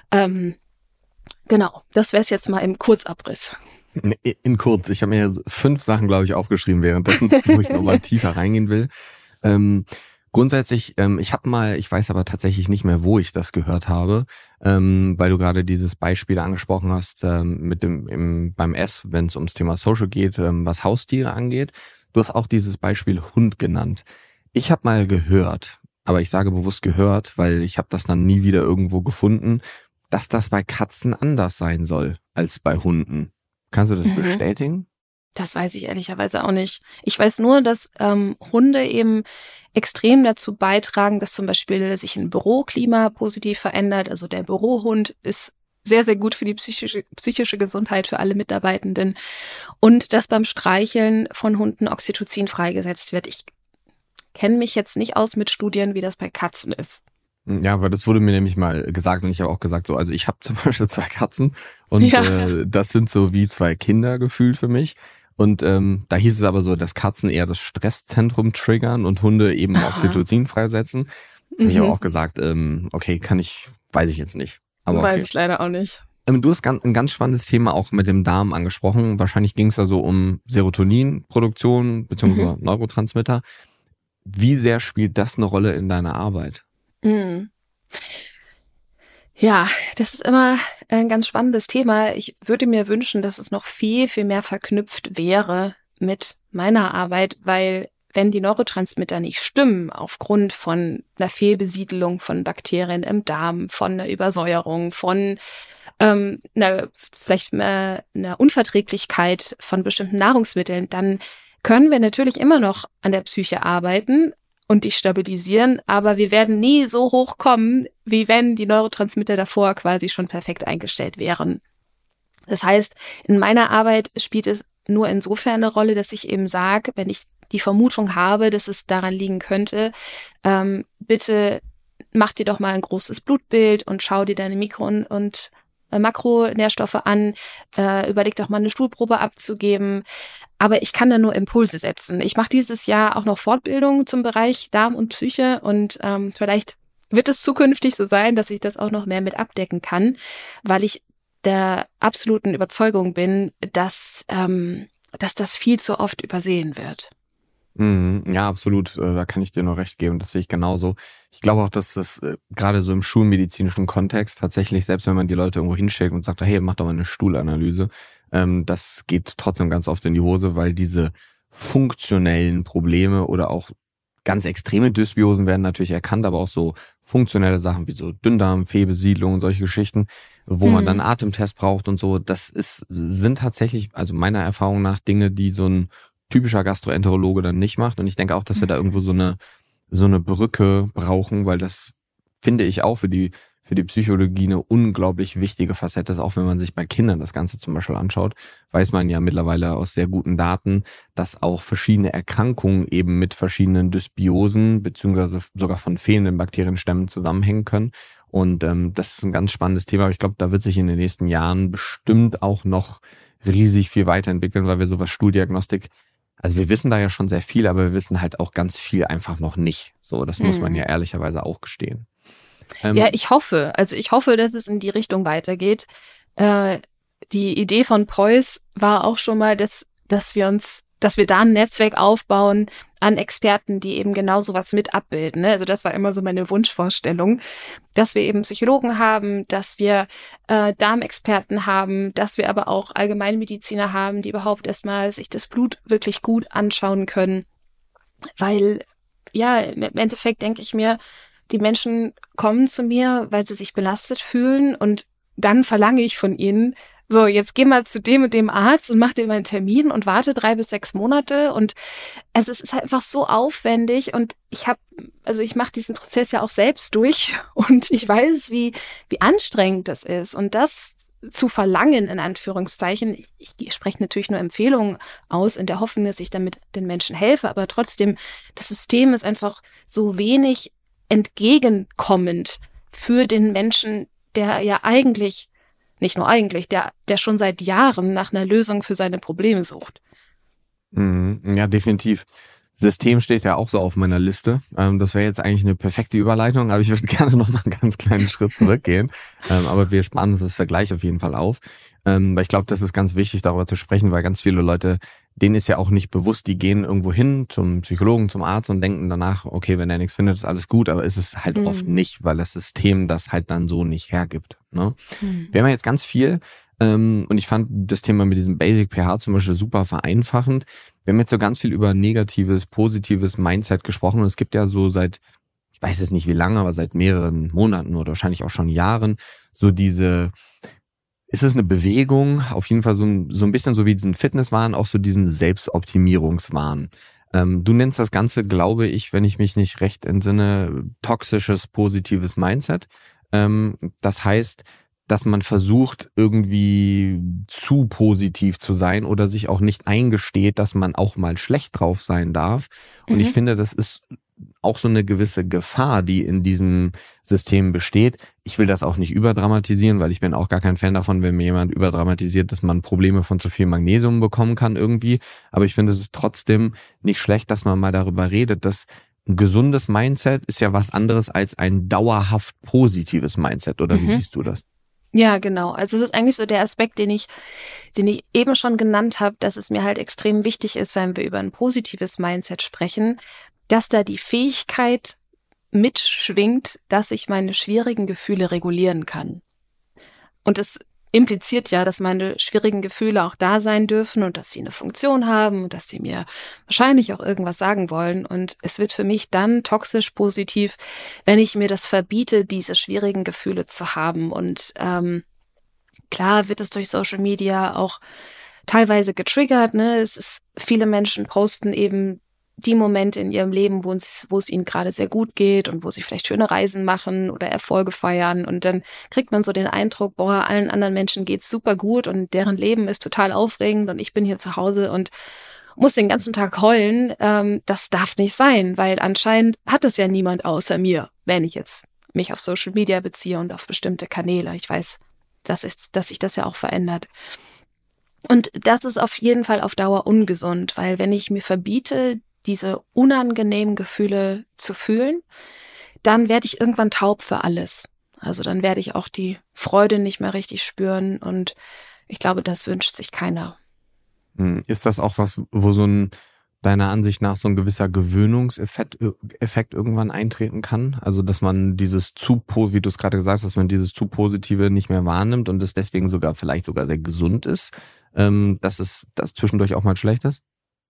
Genau, das wäre es jetzt mal im Kurzabriss.
In kurz, ich habe mir 5 Sachen, glaube ich, aufgeschrieben währenddessen, wo ich nochmal tiefer reingehen will. Grundsätzlich, ich weiß aber tatsächlich nicht mehr, wo ich das gehört habe, weil du gerade dieses Beispiel angesprochen hast beim S, wenn es ums Thema Social geht, was Haustiere angeht. Du hast auch dieses Beispiel Hund genannt. Ich habe mal gehört, aber ich sage bewusst gehört, weil ich habe das dann nie wieder irgendwo gefunden, dass das bei Katzen anders sein soll als bei Hunden. Kannst du das bestätigen?
Das weiß ich ehrlicherweise auch nicht. Ich weiß nur, dass Hunde eben extrem dazu beitragen, dass zum Beispiel sich ein Büroklima positiv verändert. Also der Bürohund ist sehr, sehr gut für die psychische Gesundheit für alle Mitarbeitenden. Und dass beim Streicheln von Hunden Oxytocin freigesetzt wird. Ich kenne mich jetzt nicht aus mit Studien, wie das bei Katzen ist.
Ja, weil das wurde mir nämlich mal gesagt und ich habe auch gesagt, so, also ich habe zum Beispiel 2 Katzen und das sind so wie 2 Kinder gefühlt für mich. Und da hieß es aber so, dass Katzen eher das Stresszentrum triggern und Hunde eben Oxytocin freisetzen. Ich habe auch gesagt, okay, weiß ich jetzt nicht. Aber okay.
Weiß ich leider auch nicht.
Du hast ein ganz spannendes Thema auch mit dem Darm angesprochen. Wahrscheinlich ging es da so um Serotoninproduktion bzw. Neurotransmitter. Wie sehr spielt das eine Rolle in deiner Arbeit?
Ja, das ist immer ein ganz spannendes Thema. Ich würde mir wünschen, dass es noch viel, viel mehr verknüpft wäre mit meiner Arbeit, weil wenn die Neurotransmitter nicht stimmen, aufgrund von einer Fehlbesiedelung von Bakterien im Darm, von einer Übersäuerung, von vielleicht einer Unverträglichkeit von bestimmten Nahrungsmitteln, dann können wir natürlich immer noch an der Psyche arbeiten und die stabilisieren, aber wir werden nie so hoch kommen, wie wenn die Neurotransmitter davor quasi schon perfekt eingestellt wären. Das heißt, in meiner Arbeit spielt es nur insofern eine Rolle, dass ich eben sage, wenn ich die Vermutung habe, dass es daran liegen könnte, bitte mach dir doch mal ein großes Blutbild und schau dir deine Mikro- und Makronährstoffe an, überleg doch mal eine Stuhlprobe abzugeben. Aber ich kann da nur Impulse setzen. Ich mache dieses Jahr auch noch Fortbildung zum Bereich Darm und Psyche und vielleicht wird es zukünftig so sein, dass ich das auch noch mehr mit abdecken kann, weil ich der absoluten Überzeugung bin, dass das viel zu oft übersehen wird.
Ja, absolut. Da kann ich dir nur recht geben. Das sehe ich genauso. Ich glaube auch, dass das gerade so im schulmedizinischen Kontext tatsächlich, selbst wenn man die Leute irgendwo hinschickt und sagt, hey, mach doch mal eine Stuhlanalyse, das geht trotzdem ganz oft in die Hose, weil diese funktionellen Probleme oder auch ganz extreme Dysbiosen werden natürlich erkannt, aber auch so funktionelle Sachen wie so Dünndarm, Fehlbesiedlung und solche Geschichten, wo man dann Atemtest braucht und so, sind tatsächlich, also meiner Erfahrung nach, Dinge, die so ein typischer Gastroenterologe dann nicht macht. Und ich denke auch, dass wir da irgendwo so eine Brücke brauchen, weil das finde ich auch für die Psychologie eine unglaublich wichtige Facette ist. Auch wenn man sich bei Kindern das Ganze zum Beispiel anschaut, weiß man ja mittlerweile aus sehr guten Daten, dass auch verschiedene Erkrankungen eben mit verschiedenen Dysbiosen beziehungsweise sogar von fehlenden Bakterienstämmen zusammenhängen können. Und das ist ein ganz spannendes Thema. Aber ich glaube, da wird sich in den nächsten Jahren bestimmt auch noch riesig viel weiterentwickeln, weil wir sowas Stuhldiagnostik, also wir wissen da ja schon sehr viel, aber wir wissen halt auch ganz viel einfach noch nicht. So, das muss man ja ehrlicherweise auch gestehen.
Ja, ich hoffe, dass es in die Richtung weitergeht. Die Idee von Preuß war auch schon mal, dass wir da ein Netzwerk aufbauen an Experten, die eben genau sowas mit abbilden. Ne? Also das war immer so meine Wunschvorstellung, dass wir eben Psychologen haben, dass wir Darmexperten haben, dass wir aber auch Allgemeinmediziner haben, die überhaupt erstmal sich das Blut wirklich gut anschauen können. Weil, ja, im Endeffekt denke ich mir, die Menschen kommen zu mir, weil sie sich belastet fühlen und dann verlange ich von ihnen, so, jetzt geh mal zu dem und dem Arzt und mach dir mal einen Termin und warte 3 bis 6 Monate und es ist einfach so aufwendig und ich mache diesen Prozess ja auch selbst durch und ich weiß, wie anstrengend das ist und das zu verlangen, in Anführungszeichen. Ich spreche natürlich nur Empfehlungen aus, in der Hoffnung, dass ich damit den Menschen helfe, aber trotzdem, das System ist einfach so wenig entgegenkommend für den Menschen, der ja eigentlich, nicht nur eigentlich, der schon seit Jahren nach einer Lösung für seine Probleme sucht.
Ja, definitiv. System steht ja auch so auf meiner Liste. Das wäre jetzt eigentlich eine perfekte Überleitung, aber ich würde gerne noch mal einen ganz kleinen Schritt zurückgehen. Aber wir sparen uns das Vergleich auf jeden Fall auf. Weil ich glaube, das ist ganz wichtig, darüber zu sprechen, weil ganz viele Leute, denen ist ja auch nicht bewusst, die gehen irgendwo hin zum Psychologen, zum Arzt und denken danach, okay, wenn er nichts findet, ist alles gut, aber ist es halt oft nicht, weil das System das halt dann so nicht hergibt. Ne? Wir haben ja jetzt ganz viel, und ich fand das Thema mit diesem Basic pH zum Beispiel super vereinfachend. Wir haben jetzt so ganz viel über negatives, positives Mindset gesprochen und es gibt ja so seit, ich weiß es nicht wie lange, aber seit mehreren Monaten oder wahrscheinlich auch schon Jahren so ist es eine Bewegung, auf jeden Fall so ein bisschen so wie diesen Fitnesswahn, auch so diesen Selbstoptimierungswahn. Du nennst das Ganze, glaube ich, wenn ich mich nicht recht entsinne, toxisches, positives Mindset. Das heißt, dass man versucht, irgendwie zu positiv zu sein oder sich auch nicht eingesteht, dass man auch mal schlecht drauf sein darf. Und ich finde, das ist auch so eine gewisse Gefahr, die in diesem System besteht. Ich will das auch nicht überdramatisieren, weil ich bin auch gar kein Fan davon, wenn mir jemand überdramatisiert, dass man Probleme von zu viel Magnesium bekommen kann irgendwie. Aber ich finde, es ist trotzdem nicht schlecht, dass man mal darüber redet, dass ein gesundes Mindset ist ja was anderes als ein dauerhaft positives Mindset. Oder wie siehst du das?
Ja, genau. Also es ist eigentlich so der Aspekt, den ich eben schon genannt habe, dass es mir halt extrem wichtig ist, wenn wir über ein positives Mindset sprechen, dass da die Fähigkeit mitschwingt, dass ich meine schwierigen Gefühle regulieren kann. Und es impliziert ja, dass meine schwierigen Gefühle auch da sein dürfen und dass sie eine Funktion haben und dass sie mir wahrscheinlich auch irgendwas sagen wollen. Und es wird für mich dann toxisch positiv, wenn ich mir das verbiete, diese schwierigen Gefühle zu haben. Und klar wird es durch Social Media auch teilweise getriggert, ne? Viele Menschen posten eben die Momente in ihrem Leben, wo es ihnen gerade sehr gut geht und wo sie vielleicht schöne Reisen machen oder Erfolge feiern. Und dann kriegt man so den Eindruck, boah, allen anderen Menschen geht's super gut und deren Leben ist total aufregend und ich bin hier zu Hause und muss den ganzen Tag heulen. Das darf nicht sein, weil anscheinend hat es ja niemand außer mir, wenn ich jetzt mich auf Social Media beziehe und auf bestimmte Kanäle. Ich weiß, dass sich das ja auch verändert. Und das ist auf jeden Fall auf Dauer ungesund, weil wenn ich mir verbiete, diese unangenehmen Gefühle zu fühlen, dann werde ich irgendwann taub für alles. Also dann werde ich auch die Freude nicht mehr richtig spüren und ich glaube, das wünscht sich keiner.
Ist das auch was, wo deiner Ansicht nach so ein gewisser Gewöhnungseffekt irgendwann eintreten kann? Also dass man wie du es gerade gesagt hast, dass man dieses zu Positive nicht mehr wahrnimmt und es deswegen vielleicht sogar sehr gesund ist, dass das zwischendurch auch mal schlecht ist?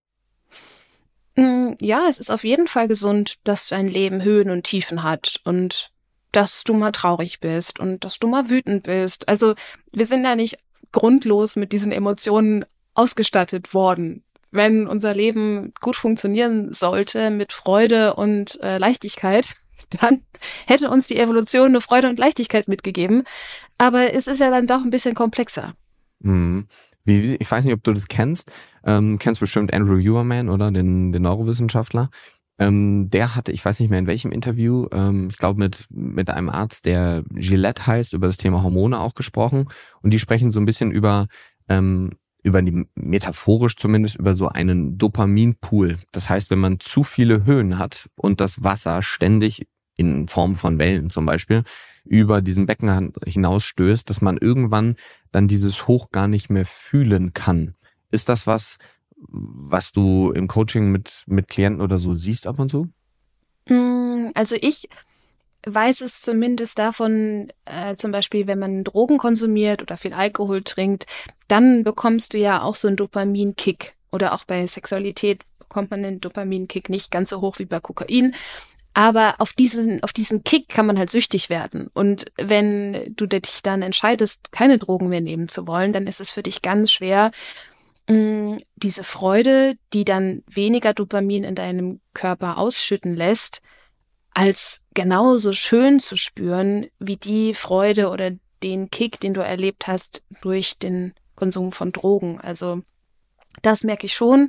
Ja, es ist auf jeden Fall gesund, dass dein Leben Höhen und Tiefen hat und dass du mal traurig bist und dass du mal wütend bist. Also wir sind ja nicht grundlos mit diesen Emotionen ausgestattet worden. Wenn unser Leben gut funktionieren sollte mit Freude und Leichtigkeit, dann hätte uns die Evolution eine Freude und Leichtigkeit mitgegeben. Aber es ist ja dann doch ein bisschen komplexer.
Mhm. Ich weiß nicht, ob du das kennst. Kennst bestimmt Andrew Huberman, oder? Den Neurowissenschaftler. Der hatte, ich weiß nicht mehr in welchem Interview, ich glaube mit einem Arzt, der Gillette heißt, über das Thema Hormone auch gesprochen. Und die sprechen so ein bisschen über die, metaphorisch zumindest, über so einen Dopaminpool. Das heißt, wenn man zu viele Höhen hat und das Wasser ständig in Form von Wellen zum Beispiel über diesen Becken hinausstößt, dass man irgendwann dann dieses Hoch gar nicht mehr fühlen kann. Ist das was du im Coaching mit Klienten oder so siehst ab und zu?
Also ich weiß es zumindest davon, zum Beispiel, wenn man Drogen konsumiert oder viel Alkohol trinkt, dann bekommst du ja auch so einen Dopaminkick. Oder auch bei Sexualität bekommt man einen Dopaminkick nicht ganz so hoch wie bei Kokain. Aber auf diesen Kick kann man halt süchtig werden. Und wenn du dich dann entscheidest, keine Drogen mehr nehmen zu wollen, dann ist es für dich ganz schwer, diese Freude, die dann weniger Dopamin in deinem Körper ausschütten lässt, als genauso schön zu spüren, wie die Freude oder den Kick, den du erlebt hast durch den Konsum von Drogen. Also das merke ich schon,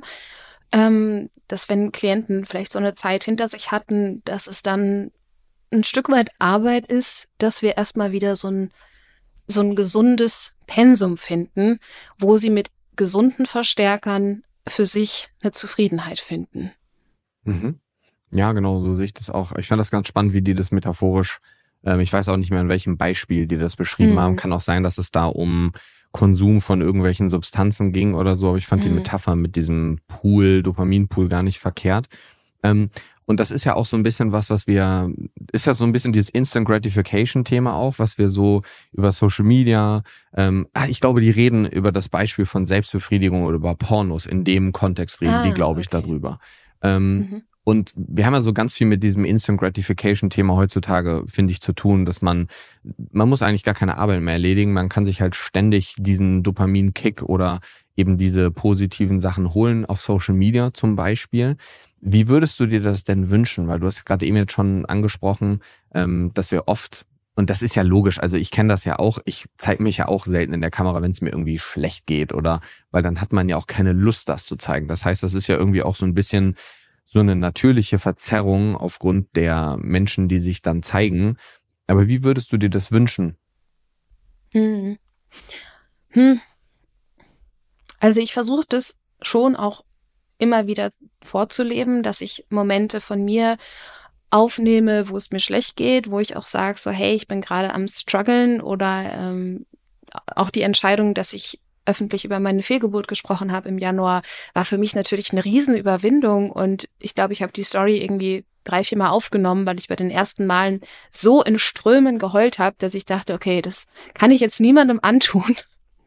dass wenn Klienten vielleicht so eine Zeit hinter sich hatten, dass es dann ein Stück weit Arbeit ist, dass wir erstmal wieder so ein gesundes Pensum finden, wo sie mit gesunden Verstärkern für sich eine Zufriedenheit finden.
Mhm. Ja, genau, so sehe ich das auch. Ich fand das ganz spannend, wie die das metaphorisch, ich weiß auch nicht mehr, in welchem Beispiel die das beschrieben haben. Kann auch sein, dass es da um Konsum von irgendwelchen Substanzen ging oder so, aber ich fand die Metapher mit diesem Dopaminpool gar nicht verkehrt. Und das ist ja auch so ein bisschen ist ja so ein bisschen dieses Instant Gratification Thema auch, was wir so über Social Media, ich glaube, die reden über das Beispiel von Selbstbefriedigung oder über Pornos, in dem Kontext reden die, glaube ich, darüber. Und wir haben ja so ganz viel mit diesem Instant Gratification Thema heutzutage, finde ich, zu tun, dass man muss eigentlich gar keine Arbeit mehr erledigen, man kann sich halt ständig diesen Dopamin-Kick oder eben diese positiven Sachen holen auf Social Media zum Beispiel. Wie würdest du dir das denn wünschen? Weil du hast gerade eben jetzt schon angesprochen, dass wir oft, und das ist ja logisch, also ich kenne das ja auch, ich zeige mich ja auch selten in der Kamera, wenn es mir irgendwie schlecht geht oder, weil dann hat man ja auch keine Lust, das zu zeigen. Das heißt, das ist ja irgendwie auch so ein bisschen so eine natürliche Verzerrung aufgrund der Menschen, die sich dann zeigen. Aber wie würdest du dir das wünschen?
Also ich versuche das schon auch immer wieder vorzuleben, dass ich Momente von mir aufnehme, wo es mir schlecht geht, wo ich auch sage, so hey, ich bin gerade am struggeln oder auch die Entscheidung, dass ich öffentlich über meine Fehlgeburt gesprochen habe im Januar, war für mich natürlich eine Riesenüberwindung und ich glaube, ich habe die Story irgendwie 3-4 Mal aufgenommen, weil ich bei den ersten Malen so in Strömen geheult habe, dass ich dachte, okay, das kann ich jetzt niemandem antun.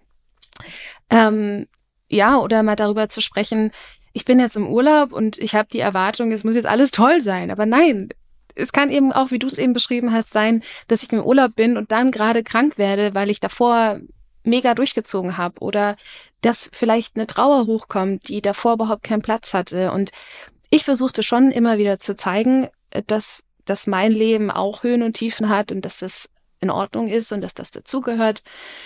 Oder mal darüber zu sprechen, ich bin jetzt im Urlaub und ich habe die Erwartung, es muss jetzt alles toll sein. Aber nein, es kann eben auch, wie du es eben beschrieben hast, sein, dass ich im Urlaub bin und dann gerade krank werde, weil ich davor mega durchgezogen habe oder dass vielleicht eine Trauer hochkommt, die davor überhaupt keinen Platz hatte. Und ich versuchte schon immer wieder zu zeigen, dass mein Leben auch Höhen und Tiefen hat und dass das in Ordnung ist und dass das dazugehört.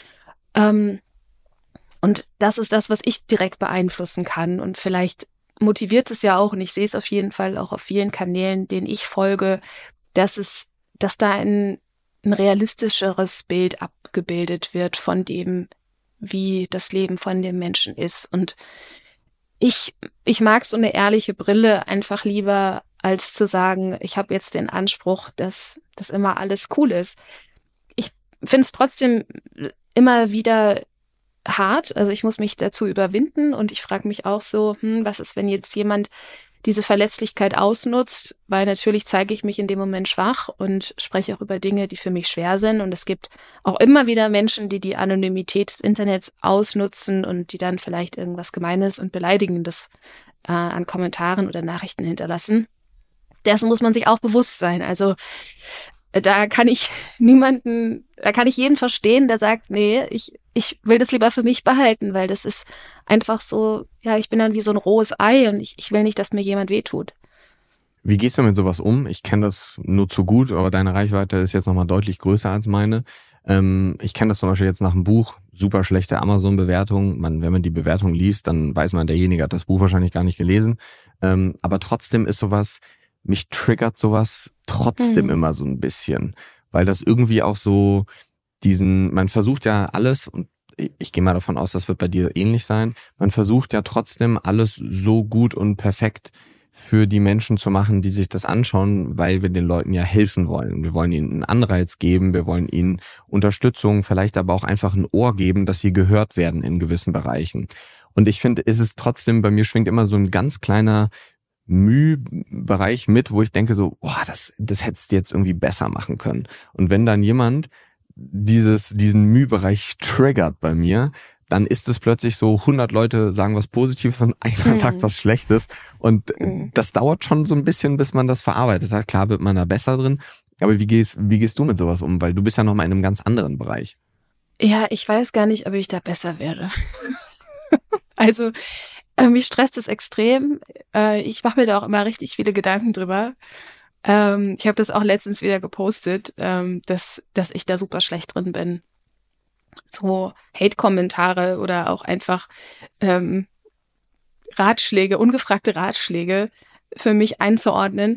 Und das ist das, was ich direkt beeinflussen kann. Und vielleicht motiviert es ja auch, und ich sehe es auf jeden Fall auch auf vielen Kanälen, denen ich folge, dass da ein realistischeres Bild abgebildet wird von dem, wie das Leben von dem Menschen ist. Und ich mag so eine ehrliche Brille einfach lieber, als zu sagen, ich habe jetzt den Anspruch, dass das immer alles cool ist. Ich finde es trotzdem immer wieder hart, also ich muss mich dazu überwinden und ich frage mich auch so, was ist, wenn jetzt jemand diese Verletzlichkeit ausnutzt, weil natürlich zeige ich mich in dem Moment schwach und spreche auch über Dinge, die für mich schwer sind und es gibt auch immer wieder Menschen, die die Anonymität des Internets ausnutzen und die dann vielleicht irgendwas Gemeines und Beleidigendes an Kommentaren oder Nachrichten hinterlassen. Dessen muss man sich auch bewusst sein, also da kann ich jeden verstehen, der sagt, nee, ich will das lieber für mich behalten, weil das ist einfach so, ja, ich bin dann wie so ein rohes Ei und ich will nicht, dass mir jemand wehtut.
Wie gehst du mit sowas um? Ich kenne das nur zu gut, aber deine Reichweite ist jetzt nochmal deutlich größer als meine. Ich kenne das zum Beispiel jetzt nach einem Buch, super schlechte Amazon-Bewertung. Wenn man die Bewertung liest, dann weiß man, derjenige hat das Buch wahrscheinlich gar nicht gelesen. Aber trotzdem ist sowas, mich triggert sowas trotzdem immer so ein bisschen, weil das irgendwie auch so man versucht ja alles, und ich gehe mal davon aus, das wird bei dir ähnlich sein, man versucht ja trotzdem alles so gut und perfekt für die Menschen zu machen, die sich das anschauen, weil wir den Leuten ja helfen wollen. Wir wollen ihnen einen Anreiz geben, wir wollen ihnen Unterstützung, vielleicht aber auch einfach ein Ohr geben, dass sie gehört werden in gewissen Bereichen. Und ich finde, ist es trotzdem, bei mir schwingt immer so ein ganz kleiner Mühbereich mit, wo ich denke so, das hättest du jetzt irgendwie besser machen können. Und wenn dann jemand diesen Mühbereich triggert bei mir, dann ist es plötzlich so, 100 Leute sagen was Positives und einer sagt was Schlechtes. Und das dauert schon so ein bisschen, bis man das verarbeitet hat. Klar wird man da besser drin. Aber wie gehst du mit sowas um? Weil du bist ja nochmal in einem ganz anderen Bereich.
Ja, ich weiß gar nicht, ob ich da besser werde. Also, mich stresst es extrem. Ich mache mir da auch immer richtig viele Gedanken drüber. Ich habe das auch letztens wieder gepostet, dass ich da super schlecht drin bin. So Hate-Kommentare oder auch einfach Ratschläge, ungefragte Ratschläge für mich einzuordnen.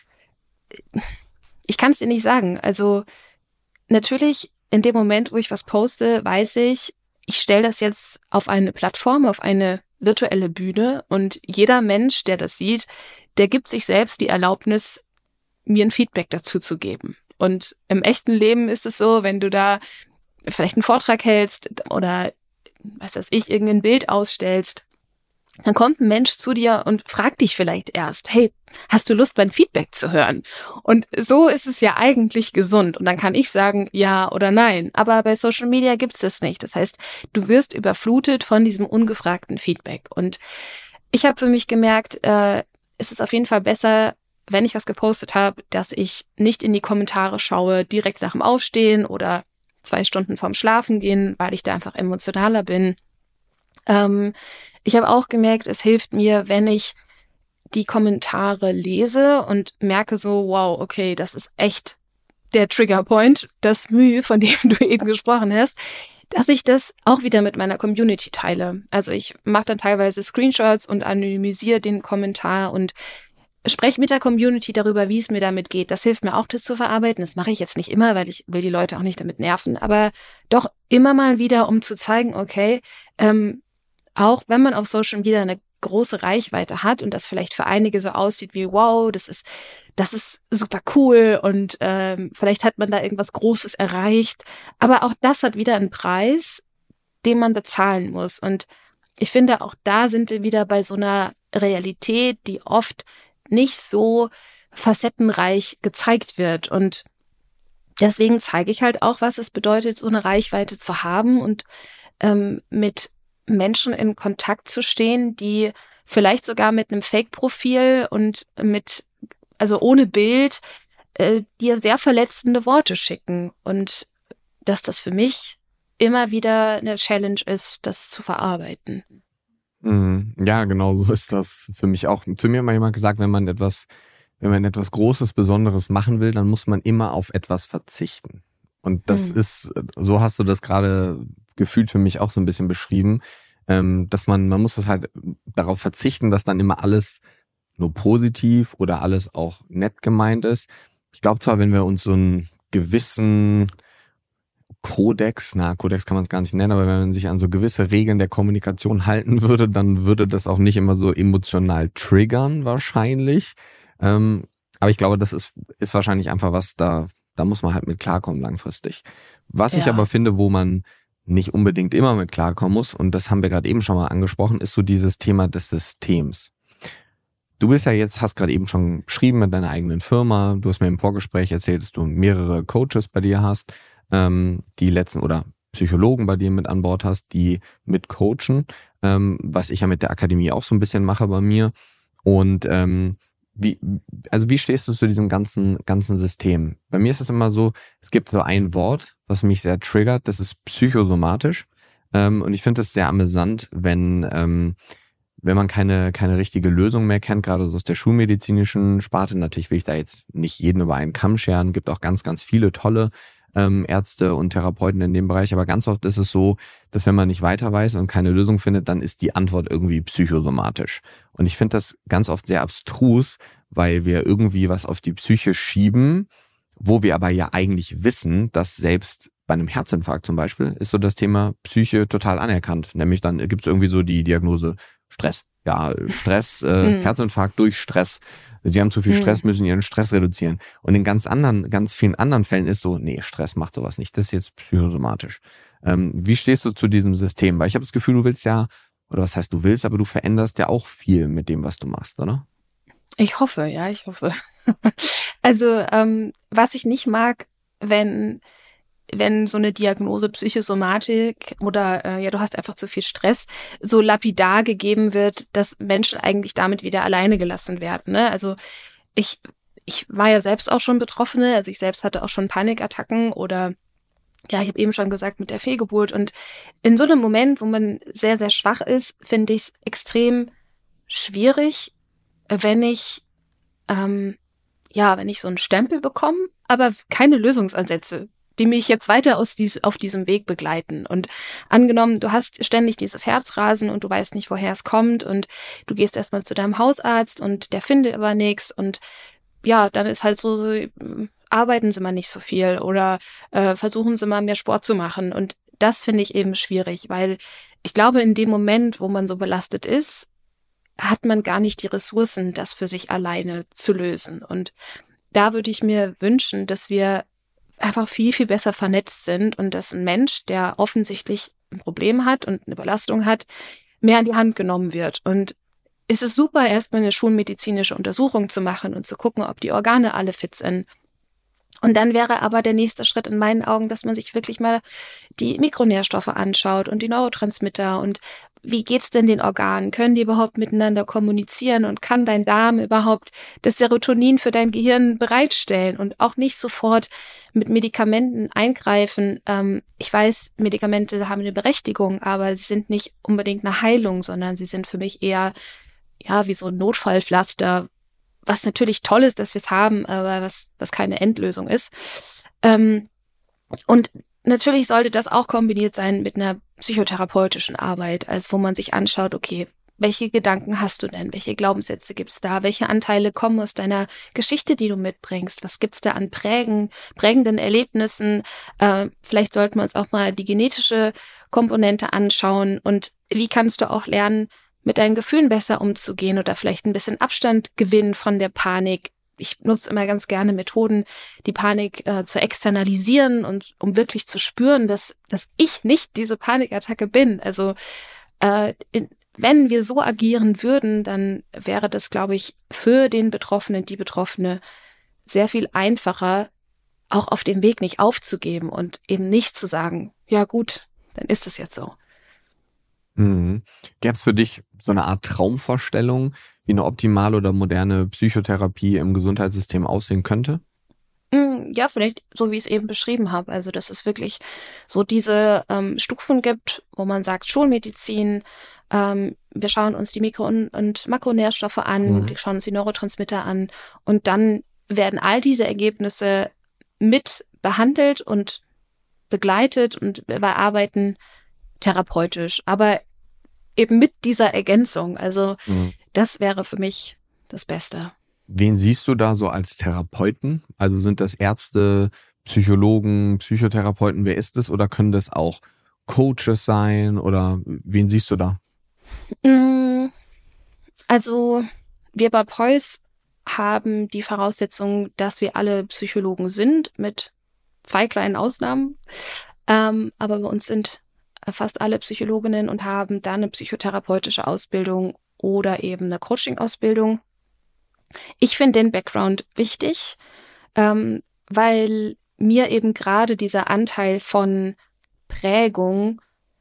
Ich kann es dir nicht sagen. Also natürlich in dem Moment, wo ich was poste, weiß ich stelle das jetzt auf eine Plattform, auf eine virtuelle Bühne und jeder Mensch, der das sieht, der gibt sich selbst die Erlaubnis, mir ein Feedback dazu zu geben. Und im echten Leben ist es so, wenn du da vielleicht einen Vortrag hältst oder, was weiß ich, irgendein Bild ausstellst, dann kommt ein Mensch zu dir und fragt dich vielleicht erst, hey, hast du Lust, mein Feedback zu hören? Und so ist es ja eigentlich gesund. Und dann kann ich sagen, ja oder nein. Aber bei Social Media gibt's das nicht. Das heißt, du wirst überflutet von diesem ungefragten Feedback. Und ich habe für mich gemerkt, es ist auf jeden Fall besser, wenn ich was gepostet habe, dass ich nicht in die Kommentare schaue, direkt nach dem Aufstehen oder 2 Stunden vorm Schlafen gehen, weil ich da einfach emotionaler bin. Ich habe auch gemerkt, es hilft mir, wenn ich die Kommentare lese und merke so, wow, okay, das ist echt der Triggerpoint, das Mühe, von dem du eben gesprochen hast, dass ich das auch wieder mit meiner Community teile. Also ich mache dann teilweise Screenshots und anonymisiere den Kommentar und spreche mit der Community darüber, wie es mir damit geht. Das hilft mir auch, das zu verarbeiten. Das mache ich jetzt nicht immer, weil ich will die Leute auch nicht damit nerven, aber doch immer mal wieder, um zu zeigen, okay, auch wenn man auf Social Media eine große Reichweite hat und das vielleicht für einige so aussieht wie, wow, das ist super cool und vielleicht hat man da irgendwas Großes erreicht. Aber auch das hat wieder einen Preis, den man bezahlen muss. Und ich finde, auch da sind wir wieder bei so einer Realität, die oft nicht so facettenreich gezeigt wird. Und deswegen zeige ich halt auch, was es bedeutet, so eine Reichweite zu haben und mit Menschen in Kontakt zu stehen, die vielleicht sogar mit einem Fake-Profil und also ohne Bild, dir sehr verletzende Worte schicken. Und dass das für mich immer wieder eine Challenge ist, das zu verarbeiten.
Ja, genau so ist das für mich auch. Zu mir hat mal jemand gesagt, wenn man etwas Großes, Besonderes machen will, dann muss man immer auf etwas verzichten. Und das ist, so hast du das gerade gefühlt für mich auch so ein bisschen beschrieben, dass man muss es halt darauf verzichten, dass dann immer alles nur positiv oder alles auch nett gemeint ist. Ich glaube zwar, wenn wir uns so einen gewissen Kodex kann man es gar nicht nennen, aber wenn man sich an so gewisse Regeln der Kommunikation halten würde, dann würde das auch nicht immer so emotional triggern wahrscheinlich. Aber ich glaube, das ist wahrscheinlich einfach was, da muss man halt mit klarkommen langfristig. Was ich aber finde, wo man nicht unbedingt immer mit klarkommen muss, und das haben wir gerade eben schon mal angesprochen, ist so dieses Thema des Systems. Du bist ja jetzt, hast gerade eben schon beschrieben mit deiner eigenen Firma, du hast mir im Vorgespräch erzählt, dass du mehrere Coaches bei dir hast, oder Psychologen bei dir mit an Bord hast, die mit coachen, was ich ja mit der Akademie auch so ein bisschen mache bei mir. Und wie stehst du zu diesem ganzen System? Bei mir ist es immer so, es gibt so ein Wort, was mich sehr triggert, das ist psychosomatisch. Und ich finde es sehr amüsant, wenn man keine richtige Lösung mehr kennt, gerade so aus der schulmedizinischen Sparte. Natürlich will ich da jetzt nicht jeden über einen Kamm scheren, gibt auch ganz, ganz viele tolle Ärzte und Therapeuten in dem Bereich, aber ganz oft ist es so, dass wenn man nicht weiter weiß und keine Lösung findet, dann ist die Antwort irgendwie psychosomatisch. Und ich finde das ganz oft sehr abstrus, weil wir irgendwie was auf die Psyche schieben, wo wir aber ja eigentlich wissen, dass selbst bei einem Herzinfarkt zum Beispiel ist so das Thema Psyche total anerkannt. Nämlich dann gibt es irgendwie so die Diagnose Stress. Ja, Stress, Herzinfarkt durch Stress. Sie haben zu viel Stress, müssen ihren Stress reduzieren. Und in ganz vielen anderen Fällen ist so, nee, Stress macht sowas nicht. Das ist jetzt psychosomatisch. Wie stehst du zu diesem System? Weil ich habe das Gefühl, du willst ja, oder was heißt du willst, aber du veränderst ja auch viel mit dem, was du machst, oder?
Ich hoffe. Also, was ich nicht mag, wenn so eine Diagnose Psychosomatik oder du hast einfach zu viel Stress, so lapidar gegeben wird, dass Menschen eigentlich damit wieder alleine gelassen werden. Ne? Also ich war ja selbst auch schon Betroffene, also ich selbst hatte auch schon Panikattacken oder ja, ich habe eben schon gesagt, mit der Fehlgeburt. Und in so einem Moment, wo man sehr, sehr schwach ist, finde ich es extrem schwierig, wenn ich so einen Stempel bekomme, aber keine Lösungsansätze, die mich jetzt weiter auf diesem Weg begleiten. Und angenommen, du hast ständig dieses Herzrasen und du weißt nicht, woher es kommt und du gehst erstmal zu deinem Hausarzt und der findet aber nichts und ja, dann ist halt so, arbeiten Sie mal nicht so viel oder versuchen Sie mal mehr Sport zu machen. Und das finde ich eben schwierig, weil ich glaube, in dem Moment, wo man so belastet ist, hat man gar nicht die Ressourcen, das für sich alleine zu lösen. Und da würde ich mir wünschen, dass wir einfach viel, viel besser vernetzt sind und dass ein Mensch, der offensichtlich ein Problem hat und eine Belastung hat, mehr an die Hand genommen wird. Und es ist super, erstmal eine schulmedizinische Untersuchung zu machen und zu gucken, ob die Organe alle fit sind. Und dann wäre aber der nächste Schritt in meinen Augen, dass man sich wirklich mal die Mikronährstoffe anschaut und die Neurotransmitter und wie geht's denn den Organen? Können die überhaupt miteinander kommunizieren und kann dein Darm überhaupt das Serotonin für dein Gehirn bereitstellen und auch nicht sofort mit Medikamenten eingreifen? Ich weiß, Medikamente haben eine Berechtigung, aber sie sind nicht unbedingt eine Heilung, sondern sie sind für mich eher wie so ein Notfallpflaster, was natürlich toll ist, dass wir es haben, aber was keine Endlösung ist. Und natürlich sollte das auch kombiniert sein mit einer psychotherapeutischen Arbeit, also wo man sich anschaut, okay, welche Gedanken hast du denn? Welche Glaubenssätze gibt's da? Welche Anteile kommen aus deiner Geschichte, die du mitbringst? Was gibt's da an prägenden Erlebnissen? Vielleicht sollten wir uns auch mal die genetische Komponente anschauen und wie kannst du auch lernen, mit deinen Gefühlen besser umzugehen oder vielleicht ein bisschen Abstand gewinnen von der Panik. Ich nutze immer ganz gerne Methoden, die Panik zu externalisieren und um wirklich zu spüren, dass ich nicht diese Panikattacke bin. Also wenn wir so agieren würden, dann wäre das, glaube ich, für den Betroffenen, die Betroffene sehr viel einfacher, auch auf dem Weg nicht aufzugeben und eben nicht zu sagen, ja gut, dann ist es jetzt so.
Mhm. Gäbe es für dich so eine Art Traumvorstellung, wie eine optimale oder moderne Psychotherapie im Gesundheitssystem aussehen könnte?
Ja, vielleicht so, wie ich es eben beschrieben habe. Also, dass es wirklich so diese Stufen gibt, wo man sagt, Schulmedizin, wir schauen uns die Mikro- und Makronährstoffe an, wir schauen uns die Neurotransmitter an und dann werden all diese Ergebnisse mit behandelt und begleitet und bearbeiten therapeutisch, aber eben mit dieser Ergänzung. Also das wäre für mich das Beste.
Wen siehst du da so als Therapeuten? Also sind das Ärzte, Psychologen, Psychotherapeuten, wer ist es? Oder können das auch Coaches sein? Oder wen siehst du da?
Also wir bei Preuß haben die Voraussetzung, dass wir alle Psychologen sind, mit 2 kleinen Ausnahmen. Aber bei uns sind fast alle Psychologinnen und haben dann eine psychotherapeutische Ausbildung oder eben eine Coaching-Ausbildung. Ich finde den Background wichtig, weil mir eben gerade dieser Anteil von Prägung,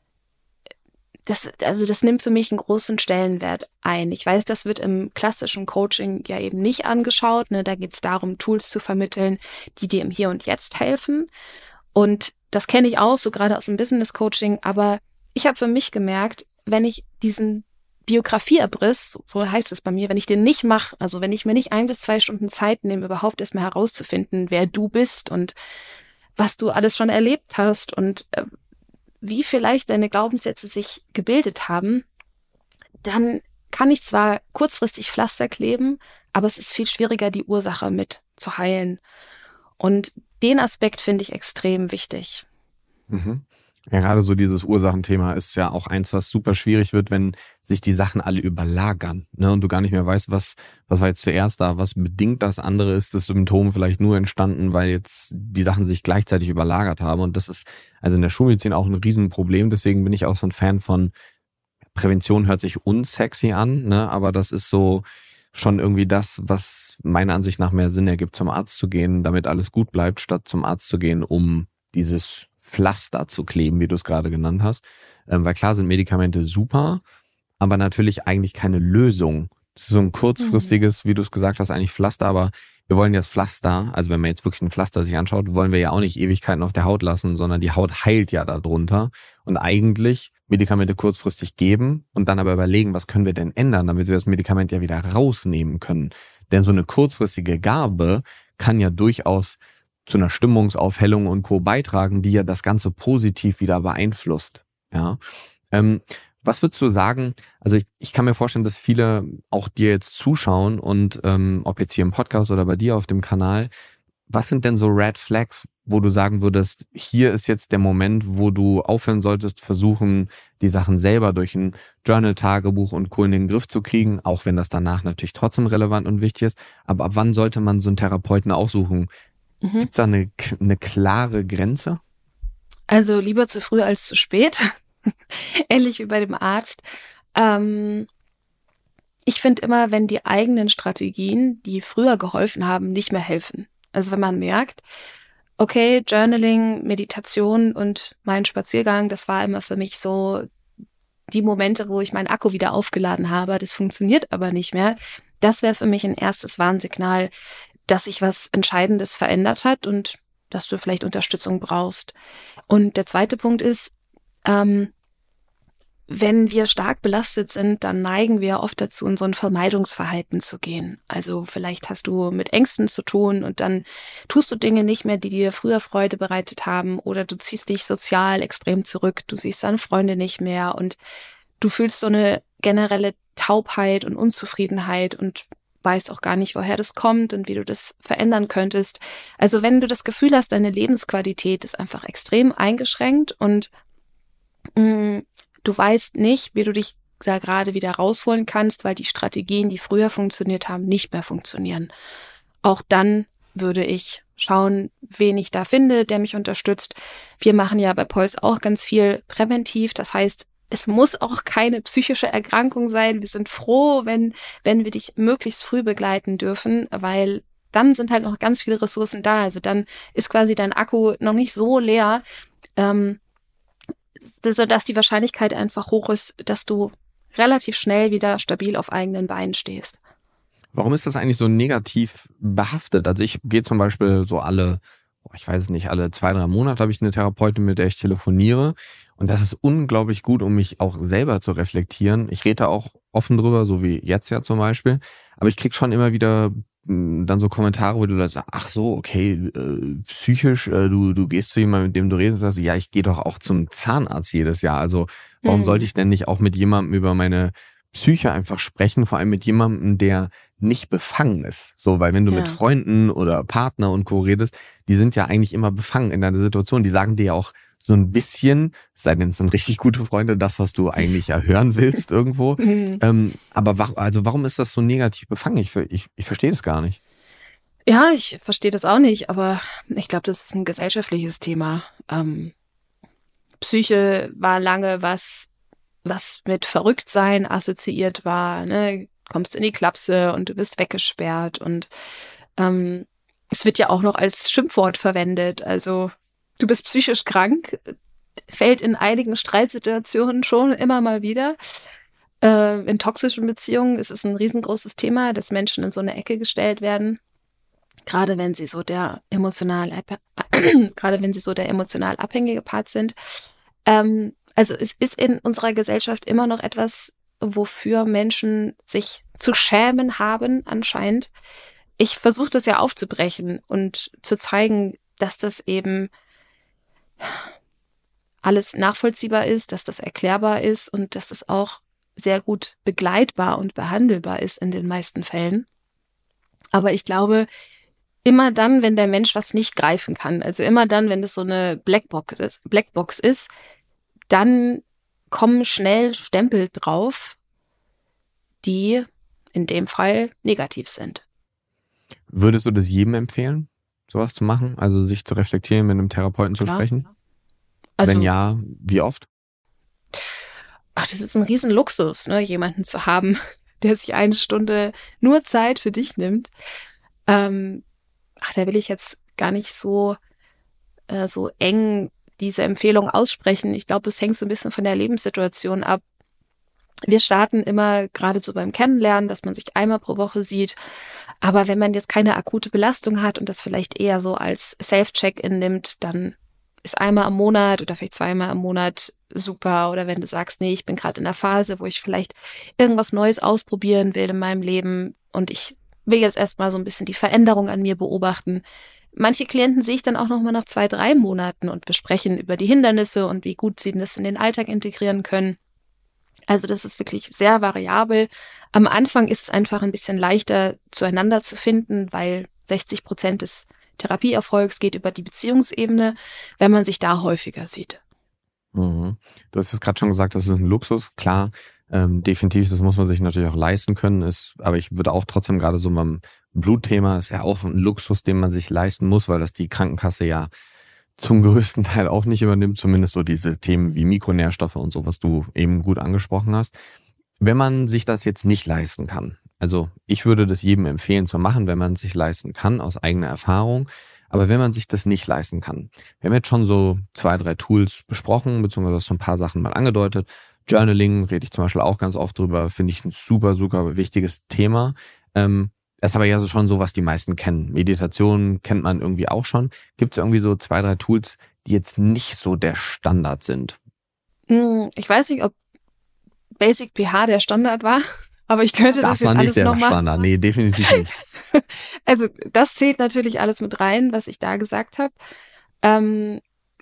das nimmt für mich einen großen Stellenwert ein. Ich weiß, das wird im klassischen Coaching ja eben nicht angeschaut. Ne? Da geht es darum, Tools zu vermitteln, die dir im Hier und Jetzt helfen. Und das kenne ich auch, so gerade aus dem Business-Coaching. Aber ich habe für mich gemerkt, wenn ich diesen Biografieabriss, so heißt es bei mir, wenn ich den nicht mache, also wenn ich mir nicht 1 bis 2 Stunden Zeit nehme, überhaupt erstmal herauszufinden, wer du bist und was du alles schon erlebt hast und wie vielleicht deine Glaubenssätze sich gebildet haben, dann kann ich zwar kurzfristig Pflaster kleben, aber es ist viel schwieriger, die Ursache mit zu heilen. Und den Aspekt finde ich extrem wichtig.
Mhm. Ja, gerade so dieses Ursachenthema ist ja auch eins, was super schwierig wird, wenn sich die Sachen alle überlagern, ne, und du gar nicht mehr weißt, was war jetzt zuerst da, was bedingt das andere, ist das Symptom vielleicht nur entstanden, weil jetzt die Sachen sich gleichzeitig überlagert haben, und das ist also in der Schulmedizin auch ein Riesenproblem, deswegen bin ich auch so ein Fan von Prävention. Hört sich unsexy an, ne, aber das ist so schon irgendwie das, was meiner Ansicht nach mehr Sinn ergibt, zum Arzt zu gehen, damit alles gut bleibt, statt zum Arzt zu gehen, um dieses Pflaster zu kleben, wie du es gerade genannt hast. Weil klar sind Medikamente super, aber natürlich eigentlich keine Lösung. Das ist so ein kurzfristiges, wie du es gesagt hast, eigentlich Pflaster, aber wir wollen ja das Pflaster, also wenn man jetzt wirklich ein Pflaster sich anschaut, wollen wir ja auch nicht Ewigkeiten auf der Haut lassen, sondern die Haut heilt ja darunter. Und eigentlich Medikamente kurzfristig geben und dann aber überlegen, was können wir denn ändern, damit wir das Medikament ja wieder rausnehmen können. Denn so eine kurzfristige Gabe kann ja durchaus zu einer Stimmungsaufhellung und Co. beitragen, die ja das Ganze positiv wieder beeinflusst. Ja. Was würdest du sagen, also ich kann mir vorstellen, dass viele auch dir jetzt zuschauen und ob jetzt hier im Podcast oder bei dir auf dem Kanal, was sind denn so Red Flags, wo du sagen würdest, hier ist jetzt der Moment, wo du aufhören solltest, versuchen, die Sachen selber durch ein Journal-Tagebuch und Co. in den Griff zu kriegen, auch wenn das danach natürlich trotzdem relevant und wichtig ist, aber ab wann sollte man so einen Therapeuten aufsuchen? Gibt's da eine klare Grenze?
Also lieber zu früh als zu spät. Ähnlich wie bei dem Arzt. Ich finde immer, wenn die eigenen Strategien, die früher geholfen haben, nicht mehr helfen. Also wenn man merkt, okay, Journaling, Meditation und mein Spaziergang, das war immer für mich so die Momente, wo ich meinen Akku wieder aufgeladen habe. Das funktioniert aber nicht mehr. Das wäre für mich ein erstes Warnsignal, dass sich was Entscheidendes verändert hat und dass du vielleicht Unterstützung brauchst. Und der zweite Punkt ist, wenn wir stark belastet sind, dann neigen wir oft dazu, in so ein Vermeidungsverhalten zu gehen. Also vielleicht hast du mit Ängsten zu tun und dann tust du Dinge nicht mehr, die dir früher Freude bereitet haben, oder du ziehst dich sozial extrem zurück, du siehst deine Freunde nicht mehr und du fühlst so eine generelle Taubheit und Unzufriedenheit und weißt auch gar nicht, woher das kommt und wie du das verändern könntest. Also wenn du das Gefühl hast, deine Lebensqualität ist einfach extrem eingeschränkt und du weißt nicht, wie du dich da gerade wieder rausholen kannst, weil die Strategien, die früher funktioniert haben, nicht mehr funktionieren. Auch dann würde ich schauen, wen ich da finde, der mich unterstützt. Wir machen ja bei Preuß auch ganz viel präventiv. Das heißt, es muss auch keine psychische Erkrankung sein. Wir sind froh, wenn wir dich möglichst früh begleiten dürfen, weil dann sind halt noch ganz viele Ressourcen da. Also dann ist quasi dein Akku noch nicht so leer, sodass die Wahrscheinlichkeit einfach hoch ist, dass du relativ schnell wieder stabil auf eigenen Beinen stehst.
Warum ist das eigentlich so negativ behaftet? Also ich gehe zum Beispiel so alle 2-3 Monate habe ich eine Therapeutin, mit der ich telefoniere. Und das ist unglaublich gut, um mich auch selber zu reflektieren. Ich rede da auch offen drüber, so wie jetzt ja zum Beispiel. Aber ich krieg schon immer wieder dann so Kommentare, wo du da sagst, ach so, okay, psychisch, du gehst zu jemandem, mit dem du redest, sagst, ja, ich gehe doch auch zum Zahnarzt jedes Jahr. Also warum sollte ich denn nicht auch mit jemandem über meine Psyche einfach sprechen, vor allem mit jemandem, der nicht befangen ist. So, weil wenn du mit Freunden oder Partner und Co. redest, die sind ja eigentlich immer befangen in deiner Situation. Die sagen dir ja auch so ein bisschen, sei denn es sind richtig gute Freunde, das, was du eigentlich ja hören willst irgendwo. Aber warum ist das so negativ befangen? Ich verstehe das gar nicht.
Ja, ich verstehe das auch nicht, aber ich glaube, das ist ein gesellschaftliches Thema. Psyche war lange was mit Verrücktsein assoziiert war, ne? Kommst in die Klapse und du bist weggesperrt und es wird ja auch noch als Schimpfwort verwendet. Also du bist psychisch krank, fällt in einigen Streitsituationen schon immer mal wieder. In toxischen Beziehungen ist es ein riesengroßes Thema, dass Menschen in so eine Ecke gestellt werden, gerade wenn sie so der emotional abhängige Part sind. Also es ist in unserer Gesellschaft immer noch etwas, wofür Menschen sich zu schämen haben anscheinend. Ich versuche das ja aufzubrechen und zu zeigen, dass das eben alles nachvollziehbar ist, dass das erklärbar ist und dass das auch sehr gut begleitbar und behandelbar ist in den meisten Fällen. Aber ich glaube, immer dann, wenn der Mensch was nicht greifen kann, also immer dann, wenn das so eine Blackbox ist, dann kommen schnell Stempel drauf, die in dem Fall negativ sind.
Würdest du das jedem empfehlen, sowas zu machen? Also sich zu reflektieren, mit einem Therapeuten zu sprechen? Also, wenn ja, wie oft?
Ach, das ist ein Riesenluxus, ne, jemanden zu haben, der sich 1 Stunde nur Zeit für dich nimmt. Da will ich jetzt gar nicht so eng diese Empfehlung aussprechen. Ich glaube, es hängt so ein bisschen von der Lebenssituation ab. Wir starten immer gerade so beim Kennenlernen, dass man sich einmal pro Woche sieht. Aber wenn man jetzt keine akute Belastung hat und das vielleicht eher so als Self-Check-in nimmt, dann ist einmal im Monat oder vielleicht 2-mal im Monat super. Oder wenn du sagst, nee, ich bin gerade in der Phase, wo ich vielleicht irgendwas Neues ausprobieren will in meinem Leben und ich will jetzt erstmal so ein bisschen die Veränderung an mir beobachten. Manche Klienten sehe ich dann auch nochmal nach 2-3 Monaten und besprechen über die Hindernisse und wie gut sie das in den Alltag integrieren können. Also das ist wirklich sehr variabel. Am Anfang ist es einfach ein bisschen leichter, zueinander zu finden, weil 60% des Therapieerfolgs geht über die Beziehungsebene, wenn man sich da häufiger sieht.
Mhm. Du hast es gerade schon gesagt, das ist ein Luxus. Klar, definitiv, das muss man sich natürlich auch leisten können. Aber ich würde auch trotzdem gerade so beim Blutthema, ist ja auch ein Luxus, den man sich leisten muss, weil das die Krankenkasse ja zum größten Teil auch nicht übernimmt, zumindest so diese Themen wie Mikronährstoffe und so, was du eben gut angesprochen hast. Wenn man sich das jetzt nicht leisten kann, also ich würde das jedem empfehlen zu machen, wenn man es sich leisten kann, aus eigener Erfahrung, aber wenn man sich das nicht leisten kann, wir haben jetzt schon so 2-3 Tools besprochen, beziehungsweise so ein paar Sachen mal angedeutet. Journaling rede ich zum Beispiel auch ganz oft drüber, finde ich ein super, super wichtiges Thema. Das ist aber ja schon so, was die meisten kennen. Meditation kennt man irgendwie auch schon. Gibt es irgendwie so 2-3 Tools, die jetzt nicht so der Standard sind?
Ich weiß nicht, ob Basic pH der Standard war, aber ich könnte das jetzt alles noch machen. Das war nicht der Standard,
nee, definitiv nicht.
Also das zählt natürlich alles mit rein, was ich da gesagt habe.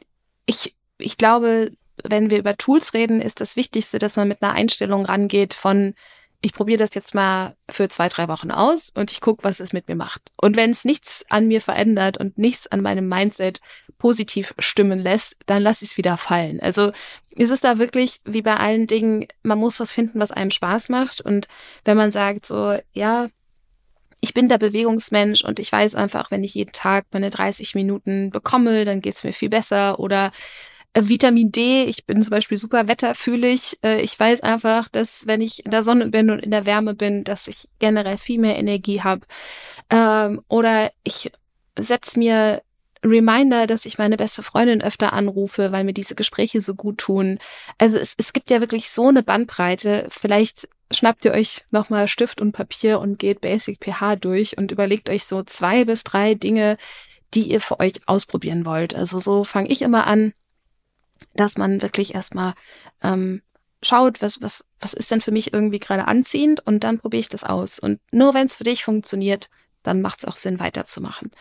Ich glaube, wenn wir über Tools reden, ist das Wichtigste, dass man mit einer Einstellung rangeht von ich probiere das jetzt mal für 2-3 Wochen aus und ich gucke, was es mit mir macht. Und wenn es nichts an mir verändert und nichts an meinem Mindset positiv stimmen lässt, dann lasse ich es wieder fallen. Also ist es da wirklich, wie bei allen Dingen, man muss was finden, was einem Spaß macht. Und wenn man sagt so, ja, ich bin der Bewegungsmensch und ich weiß einfach, wenn ich jeden Tag meine 30 Minuten bekomme, dann geht's mir viel besser. Oder Vitamin D, ich bin zum Beispiel super wetterfühlig. Ich weiß einfach, dass wenn ich in der Sonne bin und in der Wärme bin, dass ich generell viel mehr Energie habe. Oder ich setze mir Reminder, dass ich meine beste Freundin öfter anrufe, weil mir diese Gespräche so gut tun. Also es gibt ja wirklich so eine Bandbreite. Vielleicht schnappt ihr euch nochmal Stift und Papier und geht Basic pH durch und überlegt euch so 2 bis 3 Dinge, die ihr für euch ausprobieren wollt. Also so fange ich immer an, dass man wirklich erstmal schaut, was ist denn für mich irgendwie gerade anziehend, und dann probiere ich das aus. Und nur wenn es für dich funktioniert, dann macht es auch Sinn, weiterzumachen.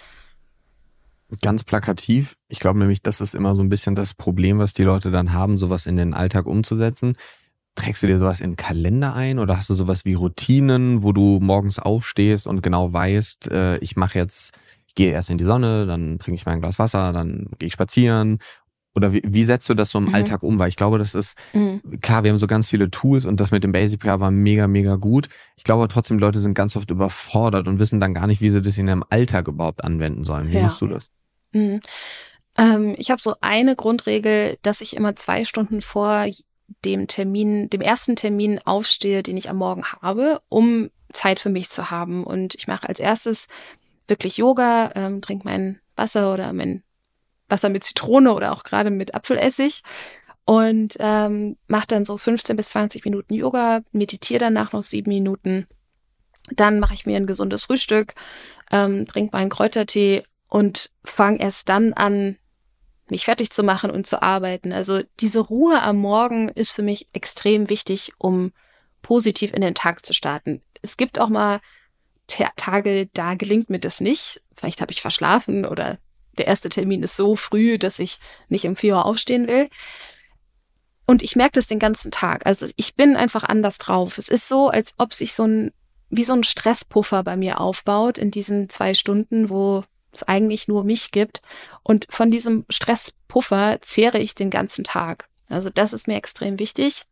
Ganz plakativ. Ich glaube nämlich, das ist immer so ein bisschen das Problem, was die Leute dann haben, sowas in den Alltag umzusetzen. Trägst du dir sowas in den Kalender ein oder hast du sowas wie Routinen, wo du morgens aufstehst und genau weißt, ich gehe erst in die Sonne, dann trinke ich mein Glas Wasser, dann gehe ich spazieren? Oder wie setzt du das so im Alltag um? Weil ich glaube, das ist, klar, wir haben so ganz viele Tools und das mit dem Basic PR war mega, mega gut. Ich glaube trotzdem, die Leute sind ganz oft überfordert und wissen dann gar nicht, wie sie das in ihrem Alltag überhaupt anwenden sollen. Wie machst du das?
Mhm. Ich habe so eine Grundregel, dass ich immer 2 Stunden vor dem ersten Termin aufstehe, den ich am Morgen habe, um Zeit für mich zu haben. Und ich mache als erstes wirklich Yoga, trinke mein Wasser oder mein Wasser mit Zitrone oder auch gerade mit Apfelessig und mache dann so 15 bis 20 Minuten Yoga, meditiere danach noch 7 Minuten. Dann mache ich mir ein gesundes Frühstück, trinke meinen Kräutertee und fange erst dann an, mich fertig zu machen und zu arbeiten. Also diese Ruhe am Morgen ist für mich extrem wichtig, um positiv in den Tag zu starten. Es gibt auch mal Tage, da gelingt mir das nicht. Vielleicht habe ich verschlafen oder der erste Termin ist so früh, dass ich nicht um 4 Uhr aufstehen will. Und ich merke das den ganzen Tag. Also ich bin einfach anders drauf. Es ist so, als ob sich wie so ein Stresspuffer bei mir aufbaut in diesen 2 Stunden, wo es eigentlich nur mich gibt. Und von diesem Stresspuffer zehre ich den ganzen Tag. Also das ist mir extrem wichtig.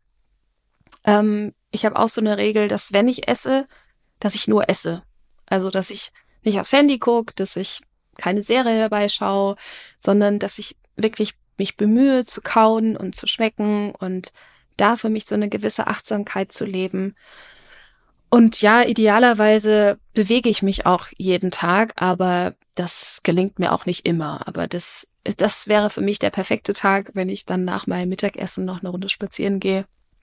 Ich habe auch so eine Regel, dass wenn ich esse, dass ich nur esse. Also dass ich nicht aufs Handy gucke, dass ich keine Serie dabei schaue, sondern dass ich wirklich mich bemühe zu kauen und zu schmecken und da für mich so eine gewisse Achtsamkeit zu leben. Und ja, idealerweise bewege ich mich auch jeden Tag, aber das gelingt mir auch nicht immer. Aber das wäre für mich der perfekte Tag, wenn ich dann nach meinem Mittagessen noch eine Runde spazieren gehe.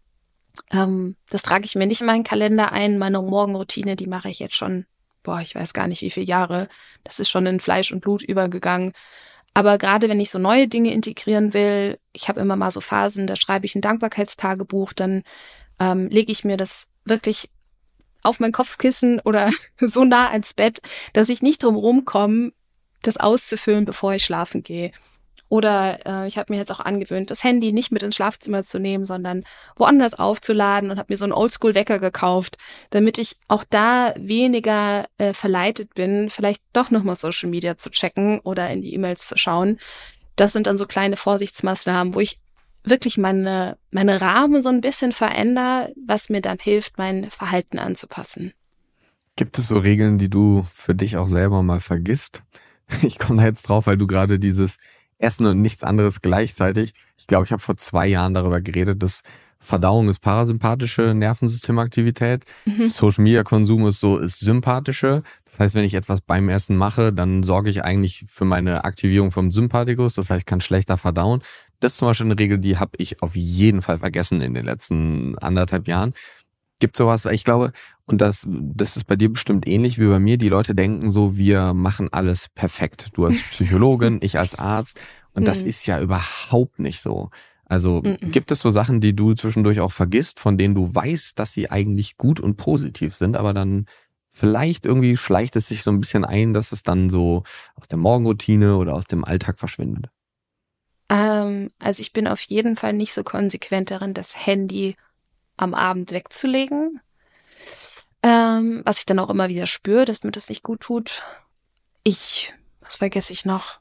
Das trage ich mir nicht in meinen Kalender ein. Meine Morgenroutine, die mache ich jetzt schon, ich weiß gar nicht wie viele Jahre. Das ist schon in Fleisch und Blut übergegangen. Aber gerade wenn ich so neue Dinge integrieren will, ich habe immer mal so Phasen, da schreibe ich ein Dankbarkeitstagebuch, dann lege ich mir das wirklich auf mein Kopfkissen oder so nah ans Bett, dass ich nicht drum rumkomme, das auszufüllen, bevor ich schlafen gehe. Oder ich habe mir jetzt auch angewöhnt, das Handy nicht mit ins Schlafzimmer zu nehmen, sondern woanders aufzuladen und habe mir so einen Oldschool-Wecker gekauft, damit ich auch da weniger verleitet bin, vielleicht doch nochmal Social Media zu checken oder in die E-Mails zu schauen. Das sind dann so kleine Vorsichtsmaßnahmen, wo ich wirklich meine Rahmen so ein bisschen verändere, was mir dann hilft, mein Verhalten anzupassen.
Gibt es so Regeln, die du für dich auch selber mal vergisst? Ich komme da jetzt drauf, weil du gerade dieses Essen und nichts anderes gleichzeitig. Ich glaube, ich habe vor 2 Jahren darüber geredet, dass Verdauung ist parasympathische Nervensystemaktivität. Social Media Konsum ist sympathische. Das heißt, wenn ich etwas beim Essen mache, dann sorge ich eigentlich für meine Aktivierung vom Sympathikus. Das heißt, ich kann schlechter verdauen. Das ist zum Beispiel eine Regel, die habe ich auf jeden Fall vergessen in den letzten 1,5 Jahren. Gibt sowas, ich glaube, und das ist bei dir bestimmt ähnlich wie bei mir, die Leute denken so, wir machen alles perfekt. Du als Psychologin, ich als Arzt. Und das ist ja überhaupt nicht so. Also gibt es so Sachen, die du zwischendurch auch vergisst, von denen du weißt, dass sie eigentlich gut und positiv sind, aber dann vielleicht irgendwie schleicht es sich so ein bisschen ein, dass es dann so aus der Morgenroutine oder aus dem Alltag verschwindet?
Also ich bin auf jeden Fall nicht so konsequent darin, das Handy am Abend wegzulegen. Was ich dann auch immer wieder spüre, dass mir das nicht gut tut. Was vergesse ich noch?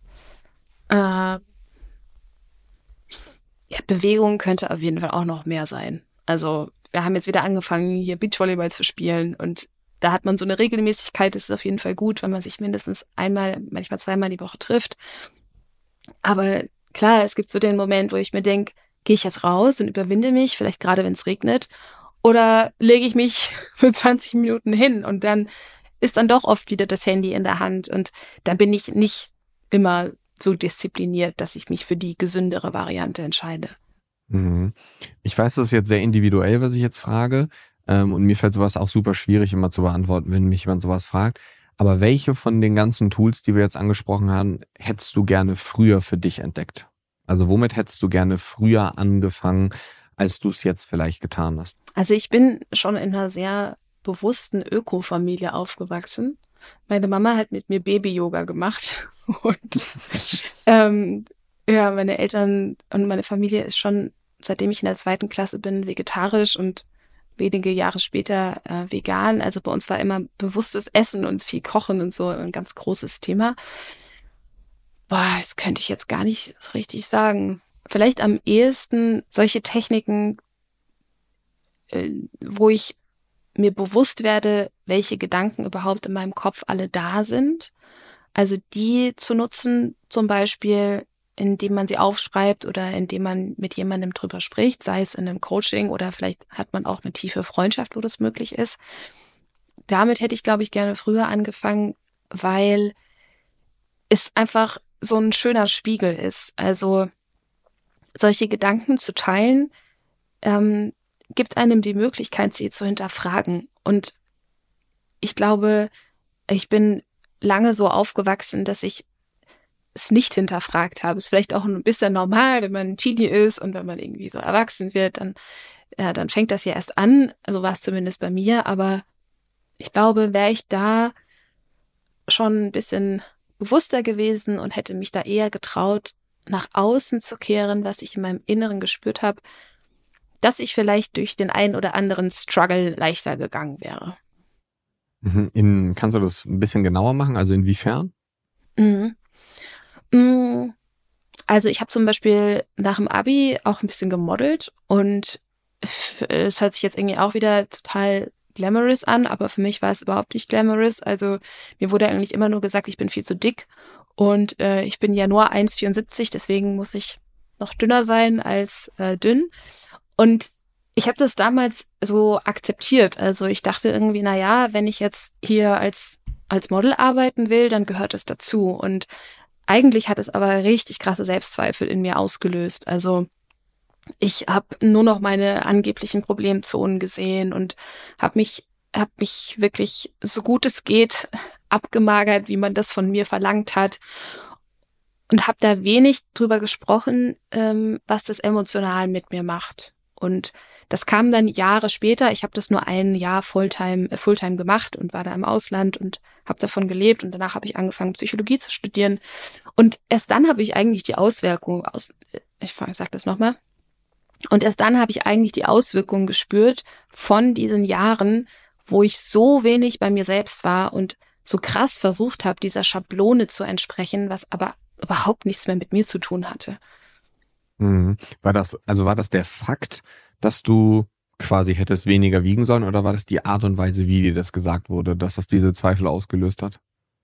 Bewegung könnte auf jeden Fall auch noch mehr sein. Also wir haben jetzt wieder angefangen, hier Beachvolleyball zu spielen und da hat man so eine Regelmäßigkeit. Das ist auf jeden Fall gut, wenn man sich mindestens einmal, manchmal 2-mal die Woche trifft. Aber klar, es gibt so den Moment, wo ich mir denke, gehe ich jetzt raus und überwinde mich, vielleicht gerade wenn es regnet, oder lege ich mich für 20 Minuten hin und dann ist dann doch oft wieder das Handy in der Hand und dann bin ich nicht immer so diszipliniert, dass ich mich für die gesündere Variante entscheide.
Mhm. Ich weiß, das ist jetzt sehr individuell, was ich jetzt frage. Und mir fällt sowas auch super schwierig immer zu beantworten, wenn mich jemand sowas fragt. Aber welche von den ganzen Tools, die wir jetzt angesprochen haben, hättest du gerne früher für dich entdeckt? Also womit hättest du gerne früher angefangen, als du es jetzt vielleicht getan hast?
Also ich bin schon in einer sehr bewussten Öko-Familie aufgewachsen. Meine Mama hat mit mir Baby-Yoga gemacht und ja, meine Eltern und meine Familie ist schon, seitdem ich in der 2. Klasse bin, vegetarisch und wenige Jahre später vegan. Also bei uns war immer bewusstes Essen und viel Kochen und so ein ganz großes Thema. Boah, das könnte ich jetzt gar nicht so richtig sagen. Vielleicht am ehesten solche Techniken, wo ich mir bewusst werde, welche Gedanken überhaupt in meinem Kopf alle da sind. Also die zu nutzen, zum Beispiel, indem man sie aufschreibt oder indem man mit jemandem drüber spricht, sei es in einem Coaching oder vielleicht hat man auch eine tiefe Freundschaft, wo das möglich ist. Damit hätte ich, glaube ich, gerne früher angefangen, weil es einfach so ein schöner Spiegel ist. Also solche Gedanken zu teilen, gibt einem die Möglichkeit, sie zu hinterfragen. Und ich glaube, ich bin lange so aufgewachsen, dass ich es nicht hinterfragt habe. Ist vielleicht auch ein bisschen normal, wenn man ein Teenie ist und wenn man irgendwie so erwachsen wird, dann fängt das ja erst an. So war es zumindest bei mir. Aber ich glaube, wäre ich da schon ein bisschen bewusster gewesen und hätte mich da eher getraut, nach außen zu kehren, was ich in meinem Inneren gespürt habe, dass ich vielleicht durch den einen oder anderen Struggle leichter gegangen wäre.
Kannst du das ein bisschen genauer machen? Also inwiefern?
Mhm. Also ich habe zum Beispiel nach dem Abi auch ein bisschen gemodelt und es hört sich jetzt irgendwie auch wieder total glamorous an, aber für mich war es überhaupt nicht glamorous. Also mir wurde eigentlich immer nur gesagt, ich bin viel zu dick und ich bin ja nur 1,74, deswegen muss ich noch dünner sein als dünn. Und ich habe das damals so akzeptiert. Also ich dachte irgendwie, na ja, wenn ich jetzt hier als Model arbeiten will, dann gehört es dazu. Und eigentlich hat es aber richtig krasse Selbstzweifel in mir ausgelöst. Also ich habe nur noch meine angeblichen Problemzonen gesehen und hab mich wirklich so gut es geht abgemagert, wie man das von mir verlangt hat. Und habe da wenig drüber gesprochen, was das emotional mit mir macht. Und das kam dann Jahre später. Ich habe das nur ein Jahr Fulltime gemacht und war da im Ausland und habe davon gelebt. Und danach habe ich angefangen, Psychologie zu studieren. Und erst dann habe ich eigentlich die Auswirkungen ich sag das nochmal. Und erst dann habe ich eigentlich die Auswirkungen gespürt von diesen Jahren, wo ich so wenig bei mir selbst war und so krass versucht habe, dieser Schablone zu entsprechen, was aber überhaupt nichts mehr mit mir zu tun hatte.
War das der Fakt, dass du quasi hättest weniger wiegen sollen, oder war das die Art und Weise, wie dir das gesagt wurde, dass das diese Zweifel ausgelöst hat?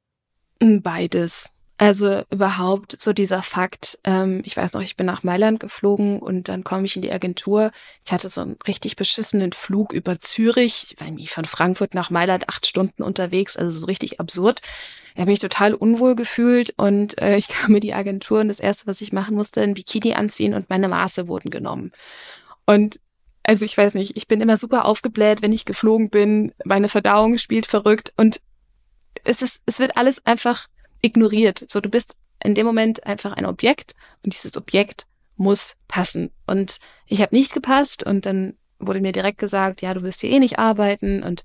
Beides. Also überhaupt so dieser Fakt, ich weiß noch, ich bin nach Mailand geflogen und dann komme ich in die Agentur. Ich hatte so einen richtig beschissenen Flug über Zürich. Ich war irgendwie von Frankfurt nach Mailand 8 Stunden unterwegs, also so richtig absurd. Ich habe mich total unwohl gefühlt und ich kam in die Agentur und das Erste, was ich machen musste, ein Bikini anziehen und meine Maße wurden genommen. Und also ich weiß nicht, ich bin immer super aufgebläht, wenn ich geflogen bin. Meine Verdauung spielt verrückt und es wird alles einfach ignoriert. So, du bist in dem Moment einfach ein Objekt und dieses Objekt muss passen. Und ich habe nicht gepasst und dann wurde mir direkt gesagt, ja, du wirst hier eh nicht arbeiten. Und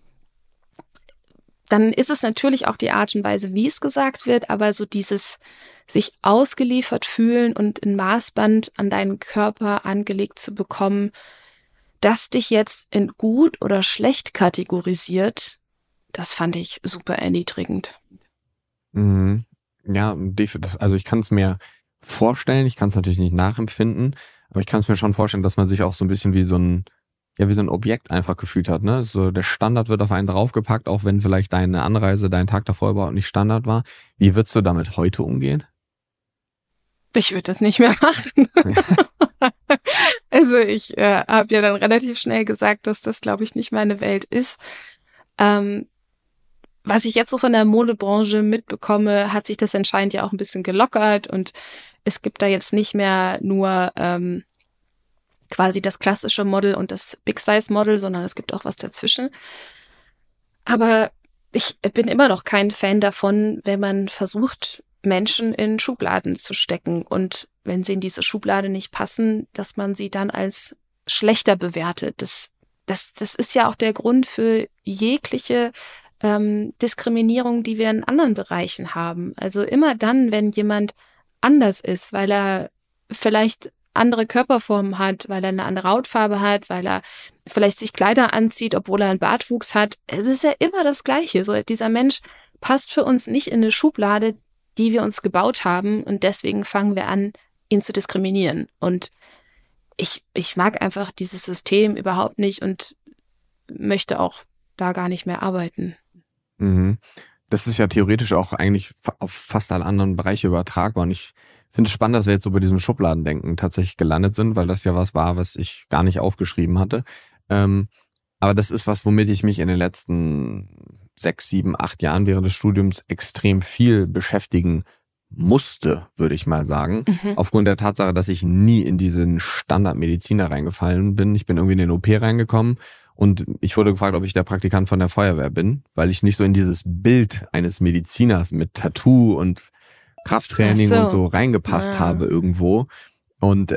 dann ist es natürlich auch die Art und Weise, wie es gesagt wird, aber so dieses sich ausgeliefert fühlen und ein Maßband an deinen Körper angelegt zu bekommen, das dich jetzt in gut oder schlecht kategorisiert, das fand ich super erniedrigend.
Mhm. Ja, also ich kann es mir vorstellen, ich kann es natürlich nicht nachempfinden, aber ich kann es mir schon vorstellen, dass man sich auch so ein bisschen wie so ein Objekt einfach gefühlt hat, ne? So, der Standard wird auf einen draufgepackt, auch wenn vielleicht deine Anreise, dein Tag davor überhaupt nicht Standard war. Wie würdest du damit heute umgehen?
Ich würde das nicht mehr machen. Also ich habe ja dann relativ schnell gesagt, dass das, glaube ich, nicht meine Welt ist. Was ich jetzt so von der Modebranche mitbekomme, hat sich das anscheinend ja auch ein bisschen gelockert und es gibt da jetzt nicht mehr nur quasi das klassische Model und das Big-Size-Model, sondern es gibt auch was dazwischen. Aber ich bin immer noch kein Fan davon, wenn man versucht, Menschen in Schubladen zu stecken und wenn sie in diese Schublade nicht passen, dass man sie dann als schlechter bewertet. Das ist ja auch der Grund für jegliche Diskriminierung, die wir in anderen Bereichen haben. Also immer dann, wenn jemand anders ist, weil er vielleicht andere Körperformen hat, weil er eine andere Hautfarbe hat, weil er vielleicht sich Kleider anzieht, obwohl er einen Bartwuchs hat. Es ist ja immer das Gleiche. So, dieser Mensch passt für uns nicht in eine Schublade, die wir uns gebaut haben und deswegen fangen wir an, ihn zu diskriminieren. Und ich mag einfach dieses System überhaupt nicht und möchte auch da gar nicht mehr arbeiten.
Mhm. Das ist ja theoretisch auch eigentlich auf fast alle anderen Bereiche übertragbar. Und ich finde es spannend, dass wir jetzt so bei diesem Schubladendenken tatsächlich gelandet sind, weil das ja was war, was ich gar nicht aufgeschrieben hatte. Aber das ist was, womit ich mich in den letzten 6, 7, 8 Jahren während des Studiums extrem viel beschäftigen musste, würde ich mal sagen. Aufgrund der Tatsache, dass ich nie in diesen Standardmediziner reingefallen bin. Ich bin irgendwie in den OP reingekommen und ich wurde gefragt, ob ich der Praktikant von der Feuerwehr bin, weil ich nicht so in dieses Bild eines Mediziners mit Tattoo und Krafttraining und so reingepasst habe irgendwo. Und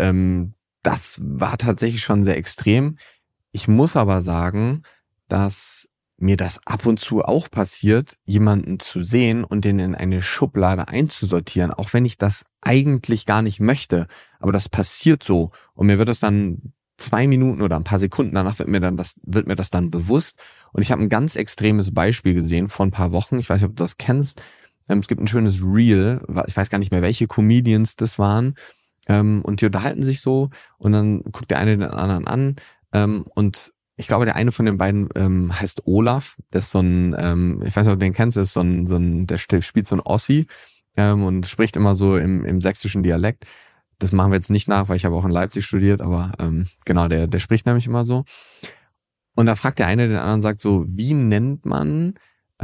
das war tatsächlich schon sehr extrem. Ich muss aber sagen, dass mir das ab und zu auch passiert, jemanden zu sehen und den in eine Schublade einzusortieren, auch wenn ich das eigentlich gar nicht möchte. Aber das passiert so. Und mir wird es dann 2 Minuten oder ein paar Sekunden danach wird mir das dann bewusst. Und ich habe ein ganz extremes Beispiel gesehen vor ein paar Wochen. Ich weiß nicht, ob du das kennst. Es gibt ein schönes Reel. Ich weiß gar nicht mehr, welche Comedians das waren. Und die unterhalten sich so. Und dann guckt der eine den anderen an. Und ich glaube, der eine von den beiden heißt Olaf. Das ist so ein, ich weiß nicht, ob du den kennst, ist der spielt so ein Ossi und spricht immer so im sächsischen Dialekt. Das machen wir jetzt nicht nach, weil ich habe auch in Leipzig studiert, aber genau, der spricht nämlich immer so. Und da fragt der eine den anderen, sagt so, wie nennt man,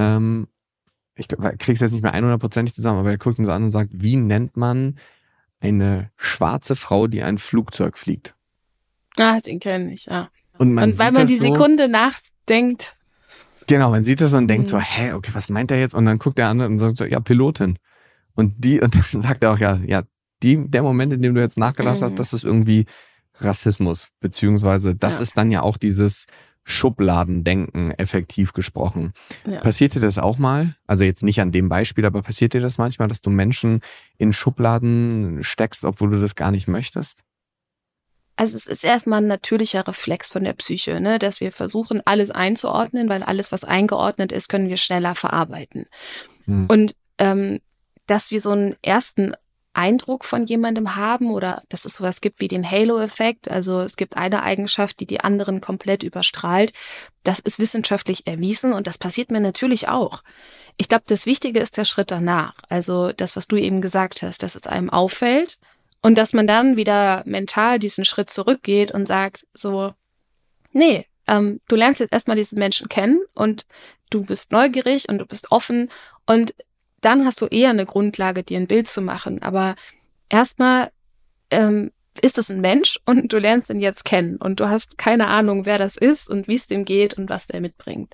ich krieg's jetzt nicht mehr 100%ig zusammen, aber er guckt ihn so an und sagt, wie nennt man eine schwarze Frau, die ein Flugzeug fliegt?
Ah, den kenne ich, ja.
Und
weil man die Sekunde nachdenkt.
Genau, man sieht das und denkt so, okay, was meint er jetzt? Und dann guckt der andere und sagt so, ja, Pilotin. Und dann sagt er auch, der Moment, in dem du jetzt nachgedacht hast, das ist irgendwie Rassismus. Beziehungsweise das ist dann ja auch dieses Schubladendenken, effektiv gesprochen. Ja. Passiert dir das auch mal? Also jetzt nicht an dem Beispiel, aber passiert dir das manchmal, dass du Menschen in Schubladen steckst, obwohl du das gar nicht möchtest?
Also es ist erstmal ein natürlicher Reflex von der Psyche, ne, dass wir versuchen, alles einzuordnen, weil alles, was eingeordnet ist, können wir schneller verarbeiten. Und dass wir so einen ersten Eindruck von jemandem haben oder dass es sowas gibt wie den Halo-Effekt, also es gibt eine Eigenschaft, die anderen komplett überstrahlt, das ist wissenschaftlich erwiesen und das passiert mir natürlich auch. Ich glaube, das Wichtige ist der Schritt danach, also das, was du eben gesagt hast, dass es einem auffällt, und dass man dann wieder mental diesen Schritt zurückgeht und sagt so, nee, du lernst jetzt erstmal diesen Menschen kennen und du bist neugierig und du bist offen und dann hast du eher eine Grundlage, dir ein Bild zu machen. Aber erstmal ist es ein Mensch und du lernst ihn jetzt kennen und du hast keine Ahnung, wer das ist und wie es dem geht und was der mitbringt.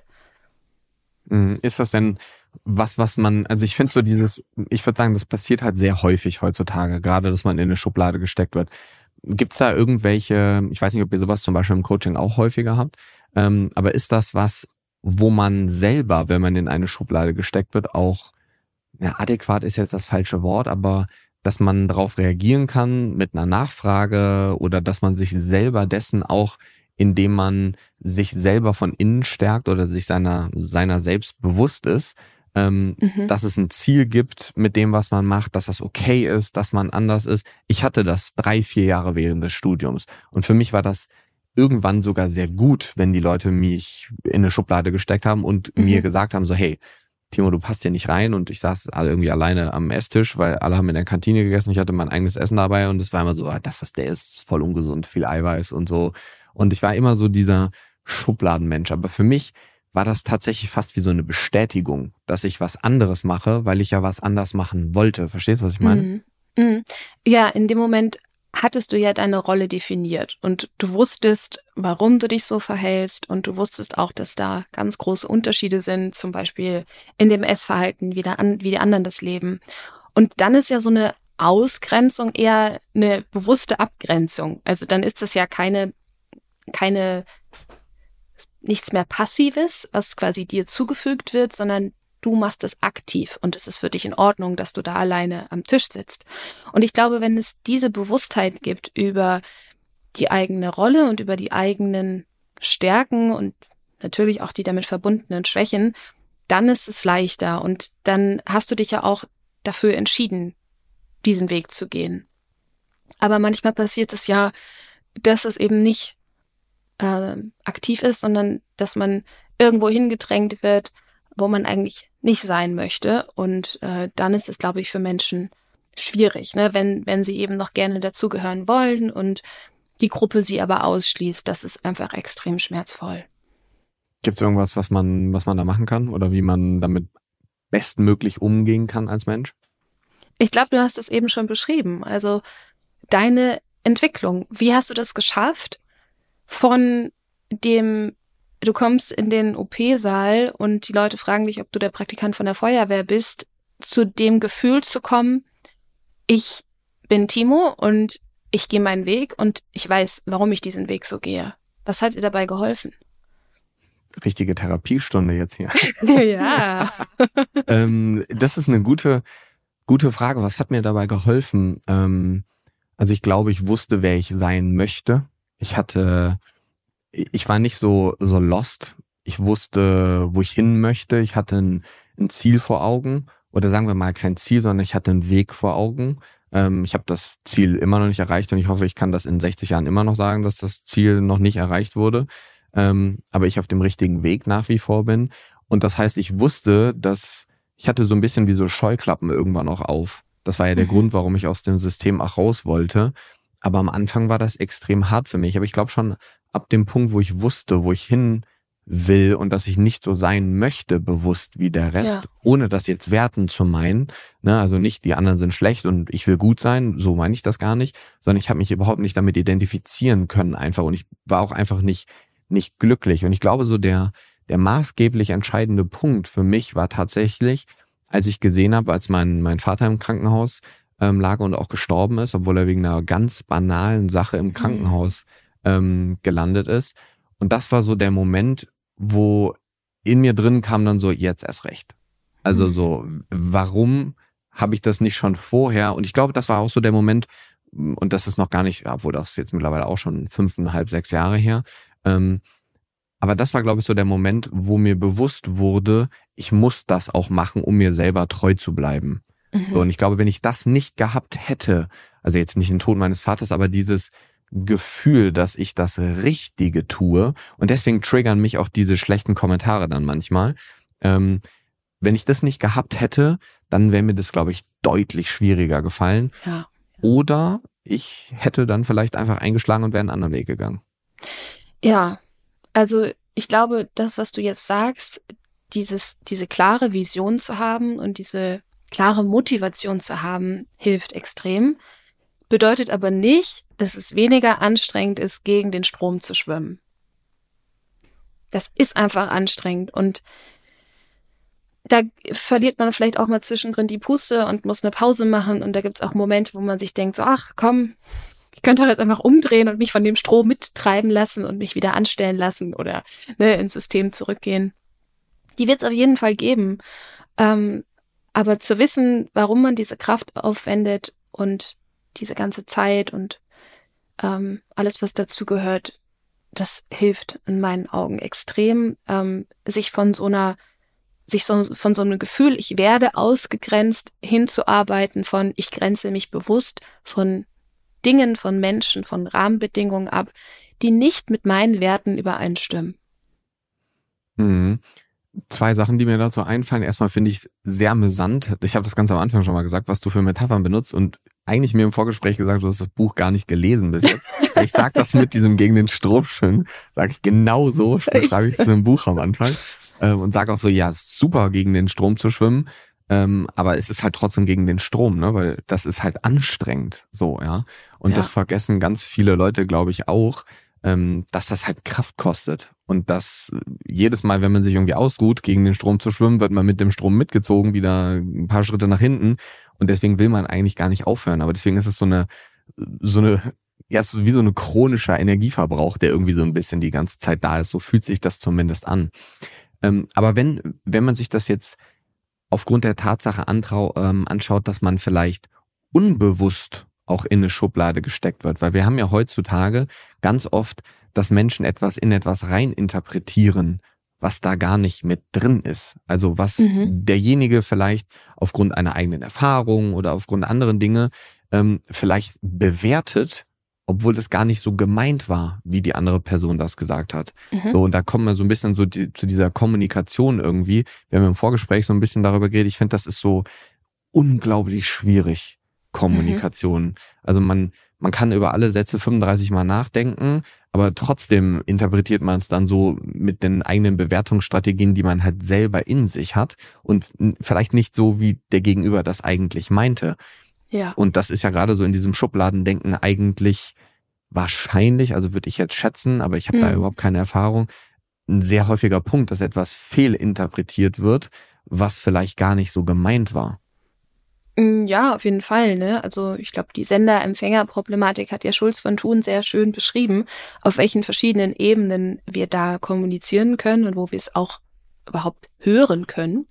Ist das denn was man, also ich finde so ich würde sagen, das passiert halt sehr häufig heutzutage, gerade, dass man in eine Schublade gesteckt wird. Gibt's da irgendwelche, ich weiß nicht, ob ihr sowas zum Beispiel im Coaching auch häufiger habt, aber ist das was, wo man selber, wenn man in eine Schublade gesteckt wird, auch, adäquat ist jetzt das falsche Wort, aber dass man darauf reagieren kann mit einer Nachfrage oder dass man sich selber dessen auch, indem man sich selber von innen stärkt oder sich seiner selbst bewusst ist, dass es ein Ziel gibt mit dem, was man macht, dass das okay ist, dass man anders ist. Ich hatte das 3-4 Jahre während des Studiums und für mich war das irgendwann sogar sehr gut, wenn die Leute mich in eine Schublade gesteckt haben und mir gesagt haben so, hey, Timo, du passt hier nicht rein, und ich saß irgendwie alleine am Esstisch, weil alle haben in der Kantine gegessen, ich hatte mein eigenes Essen dabei und es war immer so, das, was der isst, ist voll ungesund, viel Eiweiß und so. Und ich war immer so dieser Schubladenmensch, aber für mich war das tatsächlich fast wie so eine Bestätigung, dass ich was anderes mache, weil ich ja was anders machen wollte. Verstehst du, was ich meine?
Mhm. Mhm. Ja, in dem Moment hattest du ja deine Rolle definiert und du wusstest, warum du dich so verhältst, und du wusstest auch, dass da ganz große Unterschiede sind, zum Beispiel in dem Essverhalten, wie die anderen das leben. Und dann ist ja so eine Ausgrenzung eher eine bewusste Abgrenzung. Also dann ist das ja keine nichts mehr Passives, was quasi dir zugefügt wird, sondern du machst es aktiv und es ist für dich in Ordnung, dass du da alleine am Tisch sitzt. Und ich glaube, wenn es diese Bewusstheit gibt über die eigene Rolle und über die eigenen Stärken und natürlich auch die damit verbundenen Schwächen, dann ist es leichter und dann hast du dich ja auch dafür entschieden, diesen Weg zu gehen. Aber manchmal passiert es ja, dass es eben nicht aktiv ist, sondern dass man irgendwo hingedrängt wird, wo man eigentlich nicht sein möchte. Und dann ist es, glaube ich, für Menschen schwierig, ne? Wenn sie eben noch gerne dazugehören wollen und die Gruppe sie aber ausschließt. Das ist einfach extrem schmerzvoll.
Gibt es irgendwas, was man da machen kann oder wie man damit bestmöglich umgehen kann als Mensch?
Ich glaube, du hast es eben schon beschrieben. Also deine Entwicklung. Wie hast du das geschafft? Von dem, du kommst in den OP-Saal und die Leute fragen dich, ob du der Praktikant von der Feuerwehr bist, zu dem Gefühl zu kommen, ich bin Timo und ich gehe meinen Weg und ich weiß, warum ich diesen Weg so gehe. Was hat dir dabei geholfen?
Richtige Therapiestunde jetzt hier.
Ja.
Das ist eine gute Frage. Was hat mir dabei geholfen? Also ich glaube, ich wusste, wer ich sein möchte. Ich war nicht so lost. Ich wusste, wo ich hin möchte. Ich hatte ein Ziel vor Augen, oder sagen wir mal kein Ziel, sondern ich hatte einen Weg vor Augen. Ich habe das Ziel immer noch nicht erreicht und ich hoffe, ich kann das in 60 Jahren immer noch sagen, dass das Ziel noch nicht erreicht wurde. Aber ich auf dem richtigen Weg nach wie vor bin. Und das heißt, ich wusste, dass ich hatte so ein bisschen wie so Scheuklappen irgendwann auch auf. Das war ja der Grund, warum ich aus dem System auch raus wollte. Aber am Anfang war das extrem hart für mich. Aber ich glaube schon ab dem Punkt, wo ich wusste, wo ich hin will und dass ich nicht so sein möchte, bewusst wie der Rest, ohne das jetzt werten zu meinen, ne, also nicht die anderen sind schlecht und ich will gut sein, so meine ich das gar nicht, sondern ich habe mich überhaupt nicht damit identifizieren können einfach und ich war auch einfach nicht glücklich. Und ich glaube so der maßgeblich entscheidende Punkt für mich war tatsächlich, als ich gesehen habe, als mein Vater im Krankenhaus lag und auch gestorben ist, obwohl er wegen einer ganz banalen Sache im Krankenhaus gelandet ist. Und das war so der Moment, wo in mir drin kam dann so, jetzt erst recht. Also so, warum habe ich das nicht schon vorher? Und ich glaube, das war auch so der Moment, und das ist noch gar nicht, obwohl das jetzt mittlerweile auch schon 5,5, 6 Jahre her, aber das war, glaube ich, so der Moment, wo mir bewusst wurde, ich muss das auch machen, um mir selber treu zu bleiben. So, und ich glaube, wenn ich das nicht gehabt hätte, also jetzt nicht den Tod meines Vaters, aber dieses Gefühl, dass ich das Richtige tue, und deswegen triggern mich auch diese schlechten Kommentare dann manchmal. Wenn ich das nicht gehabt hätte, dann wäre mir das, glaube ich, deutlich schwieriger gefallen.
Ja.
Oder ich hätte dann vielleicht einfach eingeschlagen und wäre einen anderen Weg gegangen.
Ja, also ich glaube, das, was du jetzt sagst, diese klare Vision zu haben und diese klare Motivation zu haben, hilft extrem. Bedeutet aber nicht, dass es weniger anstrengend ist, gegen den Strom zu schwimmen. Das ist einfach anstrengend und da verliert man vielleicht auch mal zwischendrin die Puste und muss eine Pause machen und da gibt es auch Momente, wo man sich denkt, so, ach komm, ich könnte doch jetzt einfach umdrehen und mich von dem Strom mittreiben lassen und mich wieder anstellen lassen oder ins System zurückgehen. Die wird es auf jeden Fall geben. Aber zu wissen, warum man diese Kraft aufwendet und diese ganze Zeit und alles, was dazu gehört, das hilft in meinen Augen extrem, sich von so einem Gefühl, ich werde ausgegrenzt, hinzuarbeiten von, ich grenze mich bewusst von Dingen, von Menschen, von Rahmenbedingungen ab, die nicht mit meinen Werten übereinstimmen.
Mhm. 2 Sachen, die mir dazu einfallen. Erstmal finde ich es sehr amüsant. Ich habe das ganz am Anfang schon mal gesagt, was du für Metaphern benutzt und eigentlich mir im Vorgespräch gesagt, du hast das Buch gar nicht gelesen bis jetzt. Ich sag das mit diesem gegen den Strom schwimmen, sage ich genau so, beschreibe ich es im Buch am Anfang und sage auch so, ja, es ist super gegen den Strom zu schwimmen, aber es ist halt trotzdem gegen den Strom, ne, weil das ist halt anstrengend, so, ja. Und das vergessen ganz viele Leute, glaube ich, auch, dass das halt Kraft kostet und dass jedes Mal, wenn man sich irgendwie ausruht, gegen den Strom zu schwimmen, wird man mit dem Strom mitgezogen, wieder ein paar Schritte nach hinten und deswegen will man eigentlich gar nicht aufhören, aber deswegen ist es so eine, ja, es ist wie so ein chronischer Energieverbrauch, der irgendwie so ein bisschen die ganze Zeit da ist, so fühlt sich das zumindest an. Aber wenn man sich das jetzt aufgrund der Tatsache anschaut, dass man vielleicht unbewusst auch in eine Schublade gesteckt wird. Weil wir haben ja heutzutage ganz oft, dass Menschen etwas in etwas rein interpretieren, was da gar nicht mit drin ist. Also was derjenige vielleicht aufgrund einer eigenen Erfahrung oder aufgrund anderen Dinge vielleicht bewertet, obwohl das gar nicht so gemeint war, wie die andere Person das gesagt hat. So, und da kommen wir so ein bisschen so zu dieser Kommunikation irgendwie. Wir haben im Vorgespräch so ein bisschen darüber geredet. Ich finde, das ist so unglaublich schwierig, Kommunikation. Also man kann über alle Sätze 35 Mal nachdenken, aber trotzdem interpretiert man es dann so mit den eigenen Bewertungsstrategien, die man halt selber in sich hat und vielleicht nicht so, wie der Gegenüber das eigentlich meinte.
Ja.
Und das ist ja gerade so in diesem Schubladendenken eigentlich wahrscheinlich, also würde ich jetzt schätzen, aber ich habe da überhaupt keine Erfahrung, ein sehr häufiger Punkt, dass etwas fehlinterpretiert wird, was vielleicht gar nicht so gemeint war.
Ja, auf jeden Fall, ne? Also ich glaube, die Sender-Empfänger-Problematik hat ja Schulz von Thun sehr schön beschrieben, auf welchen verschiedenen Ebenen wir da kommunizieren können und wo wir es auch überhaupt hören können.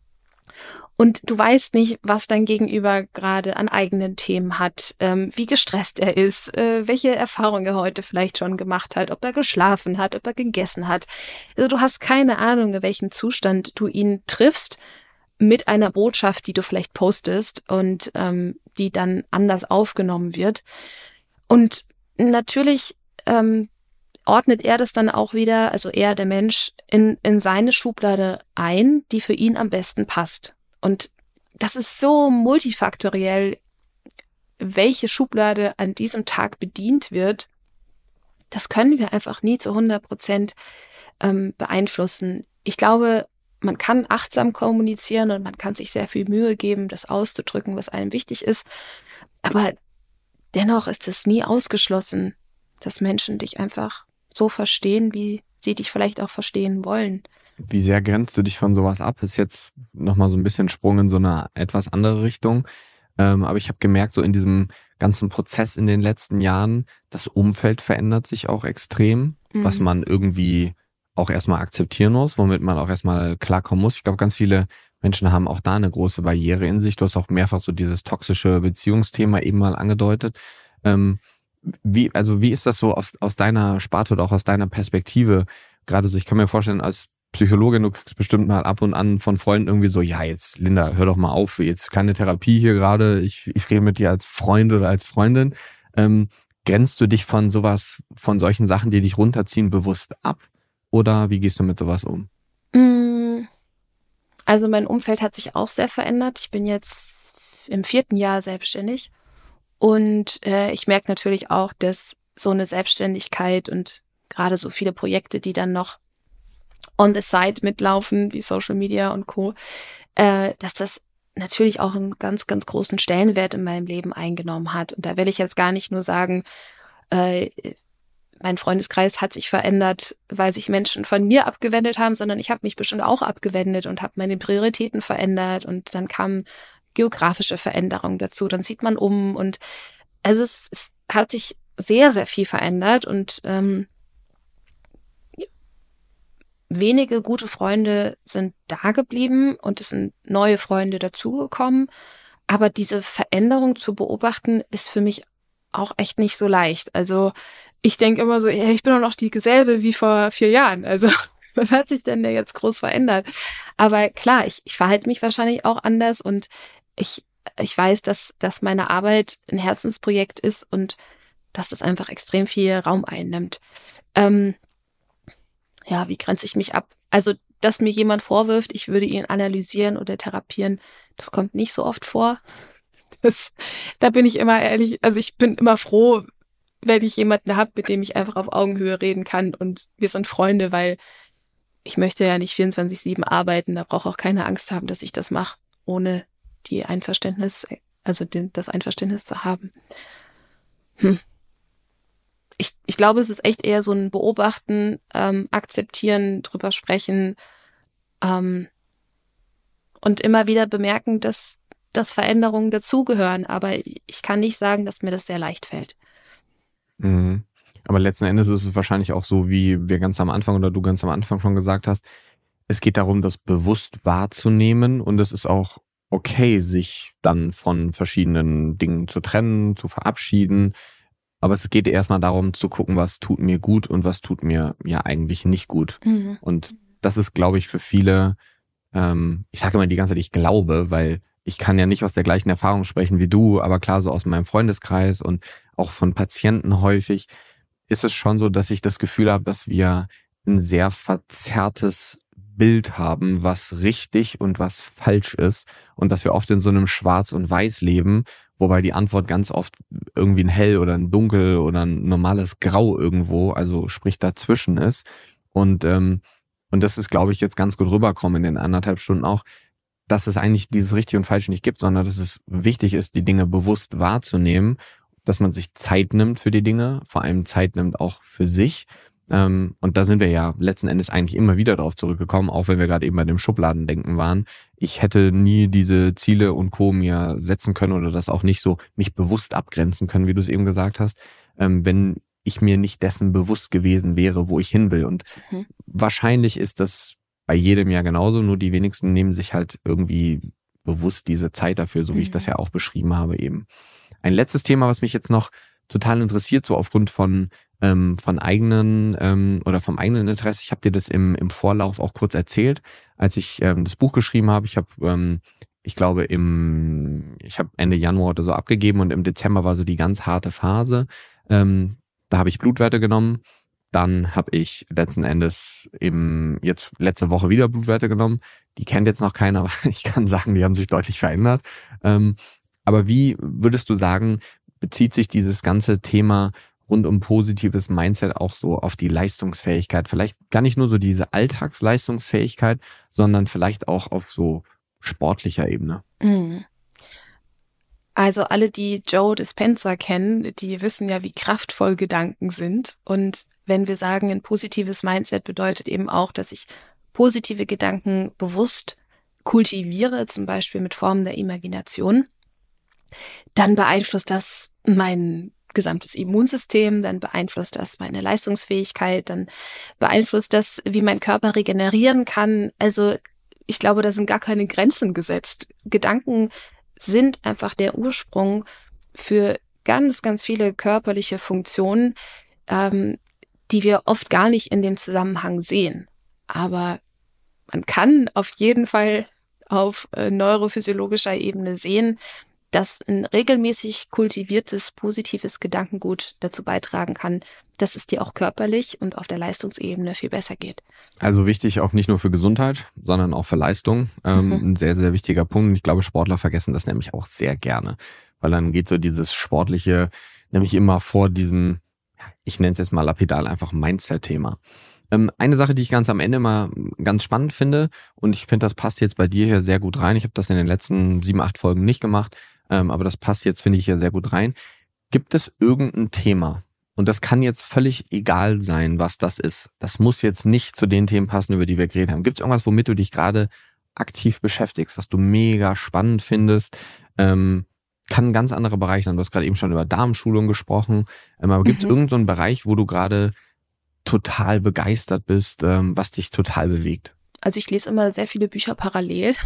Und du weißt nicht, was dein Gegenüber gerade an eigenen Themen hat, wie gestresst er ist, welche Erfahrungen er heute vielleicht schon gemacht hat, ob er geschlafen hat, ob er gegessen hat. Also du hast keine Ahnung, in welchem Zustand du ihn triffst, mit einer Botschaft, die du vielleicht postest und die dann anders aufgenommen wird. Und natürlich ordnet er das dann auch wieder, also er, der Mensch, in seine Schublade ein, die für ihn am besten passt. Und das ist so multifaktoriell, welche Schublade an diesem Tag bedient wird. Das können wir einfach nie zu 100% beeinflussen. Ich glaube, man kann achtsam kommunizieren und man kann sich sehr viel Mühe geben, das auszudrücken, was einem wichtig ist. Aber dennoch ist es nie ausgeschlossen, dass Menschen dich einfach so verstehen, wie sie dich vielleicht auch verstehen wollen.
Wie sehr grenzt du dich von sowas ab? Ist jetzt nochmal so ein bisschen Sprung in so eine etwas andere Richtung. Aber ich habe gemerkt, so in diesem ganzen Prozess in den letzten Jahren, das Umfeld verändert sich auch extrem, was man irgendwie auch erstmal akzeptieren muss, womit man auch erstmal klarkommen muss. Ich glaube, ganz viele Menschen haben auch da eine große Barriere in sich. Du hast auch mehrfach so dieses toxische Beziehungsthema eben mal angedeutet. Wie ist das so aus deiner Sparte oder auch aus deiner Perspektive? Gerade so, ich kann mir vorstellen, als Psychologin, du kriegst bestimmt mal ab und an von Freunden irgendwie so, ja, jetzt Linda, hör doch mal auf, jetzt keine Therapie hier gerade, ich rede mit dir als Freund oder als Freundin. Grenzt du dich von sowas, von solchen Sachen, die dich runterziehen, bewusst ab? Oder wie gehst du mit sowas um?
Also mein Umfeld hat sich auch sehr verändert. Ich bin jetzt im 4. Jahr selbstständig und ich merke natürlich auch, dass so eine Selbstständigkeit und gerade so viele Projekte, die dann noch on the side mitlaufen, wie Social Media und Co., dass das natürlich auch einen ganz, ganz großen Stellenwert in meinem Leben eingenommen hat. Und da will ich jetzt gar nicht nur sagen, mein Freundeskreis hat sich verändert, weil sich Menschen von mir abgewendet haben, sondern ich habe mich bestimmt auch abgewendet und habe meine Prioritäten verändert und dann kamen geografische Veränderungen dazu, dann zieht man um und also es hat sich sehr, sehr viel verändert und wenige gute Freunde sind da geblieben und es sind neue Freunde dazugekommen. Aber diese Veränderung zu beobachten, ist für mich auch echt nicht so leicht. Also ich denke immer so, ich bin doch noch dieselbe wie vor 4 Jahren. Also was hat sich denn da jetzt groß verändert? Aber klar, ich verhalte mich wahrscheinlich auch anders und ich weiß, dass meine Arbeit ein Herzensprojekt ist und dass das einfach extrem viel Raum einnimmt. Ja, wie grenze ich mich ab? Also dass mir jemand vorwirft, ich würde ihn analysieren oder therapieren, das kommt nicht so oft vor. Da bin ich immer ehrlich, also ich bin immer froh, wenn ich jemanden habe, mit dem ich einfach auf Augenhöhe reden kann und wir sind Freunde, weil ich möchte ja nicht 24/7 arbeiten, da braucht auch keine Angst haben, dass ich das mache, ohne das Einverständnis zu haben. Ich glaube, es ist echt eher so ein Beobachten, akzeptieren, drüber sprechen und immer wieder bemerken, dass Veränderungen dazugehören. Aber ich kann nicht sagen, dass mir das sehr leicht fällt.
Mhm. Aber letzten Endes ist es wahrscheinlich auch so, wie wir ganz am Anfang oder du ganz am Anfang schon gesagt hast, es geht darum, das bewusst wahrzunehmen und es ist auch okay, sich dann von verschiedenen Dingen zu trennen, zu verabschieden. Aber es geht erstmal darum zu gucken, was tut mir gut und was tut mir ja eigentlich nicht gut.
Mhm.
Und das ist, glaube ich, für viele, ich sage immer die ganze Zeit, ich glaube, weil ich kann ja nicht aus der gleichen Erfahrung sprechen wie du, aber klar, so aus meinem Freundeskreis und auch von Patienten häufig ist es schon so, dass ich das Gefühl habe, dass wir ein sehr verzerrtes Bild haben, was richtig und was falsch ist und dass wir oft in so einem Schwarz und Weiß leben, wobei die Antwort ganz oft irgendwie ein Hell oder ein Dunkel oder ein normales Grau irgendwo, also sprich dazwischen ist. Und das ist, glaube ich, jetzt ganz gut rüberkommen in den 1,5 Stunden auch, dass es eigentlich dieses Richtig und Falsch nicht gibt, sondern dass es wichtig ist, die Dinge bewusst wahrzunehmen, dass man sich Zeit nimmt für die Dinge, vor allem Zeit nimmt auch für sich. Und da sind wir ja letzten Endes eigentlich immer wieder drauf zurückgekommen, auch wenn wir gerade eben bei dem Schubladendenken waren. Ich hätte nie diese Ziele und Co. mir setzen können oder das auch nicht so mich bewusst abgrenzen können, wie du es eben gesagt hast, wenn ich mir nicht dessen bewusst gewesen wäre, wo ich hin will. Und wahrscheinlich ist das bei jedem ja genauso, nur die wenigsten nehmen sich halt irgendwie bewusst diese Zeit dafür, so wie ich das ja auch beschrieben habe eben. Ein letztes Thema, was mich jetzt noch total interessiert, so aufgrund von eigenen oder vom eigenen Interesse. Ich habe dir das im Vorlauf auch kurz erzählt, als ich das Buch geschrieben habe. Ich habe, ich glaube, ich habe Ende Januar oder so abgegeben und im Dezember war so die ganz harte Phase. Da habe ich Blutwerte genommen. Dann habe ich letzten Endes jetzt letzte Woche wieder Blutwerte genommen. Die kennt jetzt noch keiner, aber ich kann sagen, die haben sich deutlich verändert. Aber wie würdest du sagen, bezieht sich dieses ganze Thema rund um positives Mindset auch so auf die Leistungsfähigkeit? Vielleicht gar nicht nur so diese Alltagsleistungsfähigkeit, sondern vielleicht auch auf so sportlicher Ebene.
Also alle, die Joe Dispenza kennen, die wissen ja, wie kraftvoll Gedanken sind. Und wenn wir sagen, ein positives Mindset bedeutet eben auch, dass ich positive Gedanken bewusst kultiviere, zum Beispiel mit Formen der Imagination, dann beeinflusst das mein gesamtes Immunsystem, dann beeinflusst das meine Leistungsfähigkeit, dann beeinflusst das, wie mein Körper regenerieren kann. Also ich glaube, da sind gar keine Grenzen gesetzt. Gedanken sind einfach der Ursprung für ganz, ganz viele körperliche Funktionen, die wir oft gar nicht in dem Zusammenhang sehen. Aber man kann auf jeden Fall auf neurophysiologischer Ebene sehen, dass ein regelmäßig kultiviertes, positives Gedankengut dazu beitragen kann, dass es dir auch körperlich und auf der Leistungsebene viel besser geht.
Also wichtig auch nicht nur für Gesundheit, sondern auch für Leistung. Ein sehr, sehr wichtiger Punkt. Und ich glaube, Sportler vergessen das nämlich auch sehr gerne. Weil dann geht so dieses Sportliche nämlich immer vor diesem, ich nenne es jetzt mal lapidal, einfach Mindset-Thema. Eine Sache, die ich ganz am Ende mal ganz spannend finde, und ich finde, das passt jetzt bei dir hier sehr gut rein. Ich habe das in den letzten 7, 8 Folgen nicht gemacht, aber das passt jetzt, finde ich, hier sehr gut rein. Gibt es irgendein Thema? Und das kann jetzt völlig egal sein, was das ist. Das muss jetzt nicht zu den Themen passen, über die wir geredet haben. Gibt es irgendwas, womit du dich gerade aktiv beschäftigst, was du mega spannend findest? Kann ein ganz anderer Bereich sein. Du hast gerade eben schon über Darmschulung gesprochen. Aber gibt es irgendeinen so einen Bereich, wo du gerade total begeistert bist, was dich total bewegt?
Also ich lese immer sehr viele Bücher parallel.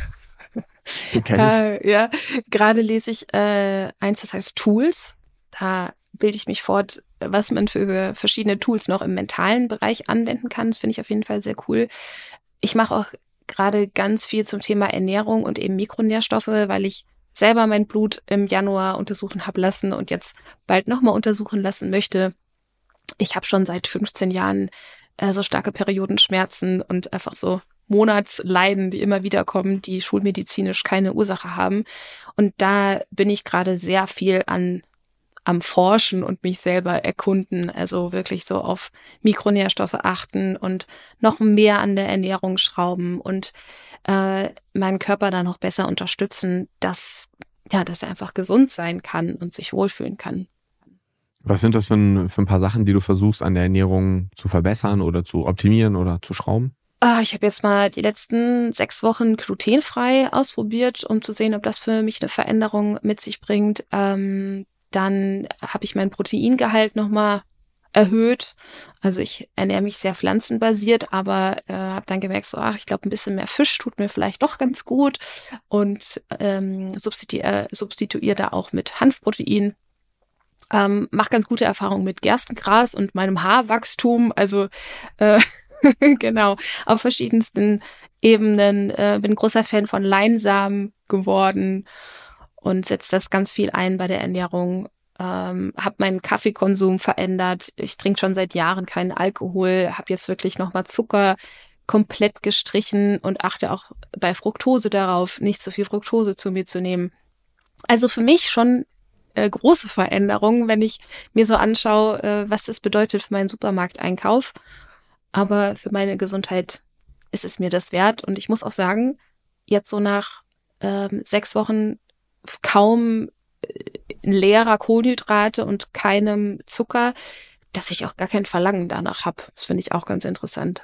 Ja,
gerade lese ich eins, das heißt Tools. Da bilde ich mich fort, was man für verschiedene Tools noch im mentalen Bereich anwenden kann. Das finde ich auf jeden Fall sehr cool. Ich mache auch gerade ganz viel zum Thema Ernährung und eben Mikronährstoffe, weil ich selber mein Blut im Januar untersuchen habe lassen und jetzt bald nochmal untersuchen lassen möchte. Ich habe schon seit 15 Jahren so starke Periodenschmerzen und einfach so Monatsleiden, die immer wieder kommen, die schulmedizinisch keine Ursache haben. Und da bin ich gerade sehr viel am Forschen und mich selber erkunden, also wirklich so auf Mikronährstoffe achten und noch mehr an der Ernährung schrauben und meinen Körper dann noch besser unterstützen, dass er einfach gesund sein kann und sich wohlfühlen kann.
Was sind das für ein paar Sachen, die du versuchst an der Ernährung zu verbessern oder zu optimieren oder zu schrauben?
Ich habe jetzt mal die letzten 6 Wochen glutenfrei ausprobiert, um zu sehen, ob das für mich eine Veränderung mit sich bringt. Dann habe ich mein Proteingehalt nochmal erhöht. Also ich ernähre mich sehr pflanzenbasiert, aber habe dann gemerkt, so, ich glaube, ein bisschen mehr Fisch tut mir vielleicht doch ganz gut und substituiere da auch mit Hanfprotein. Mach ganz gute Erfahrungen mit Gerstengras und meinem Haarwachstum. Also genau, auf verschiedensten Ebenen. Bin großer Fan von Leinsamen geworden und setze das ganz viel ein bei der Ernährung. Habe meinen Kaffeekonsum verändert. Ich trinke schon seit Jahren keinen Alkohol, habe jetzt wirklich nochmal Zucker komplett gestrichen und achte auch bei Fructose darauf, nicht so viel Fructose zu mir zu nehmen. Also für mich schon große Veränderungen, wenn ich mir so anschaue, was das bedeutet für meinen Supermarkteinkauf. Aber für meine Gesundheit ist es mir das wert. Und ich muss auch sagen, jetzt so nach 6 Wochen kaum leerer Kohlenhydrate und keinem Zucker, dass ich auch gar kein Verlangen danach habe. Das finde ich auch ganz interessant.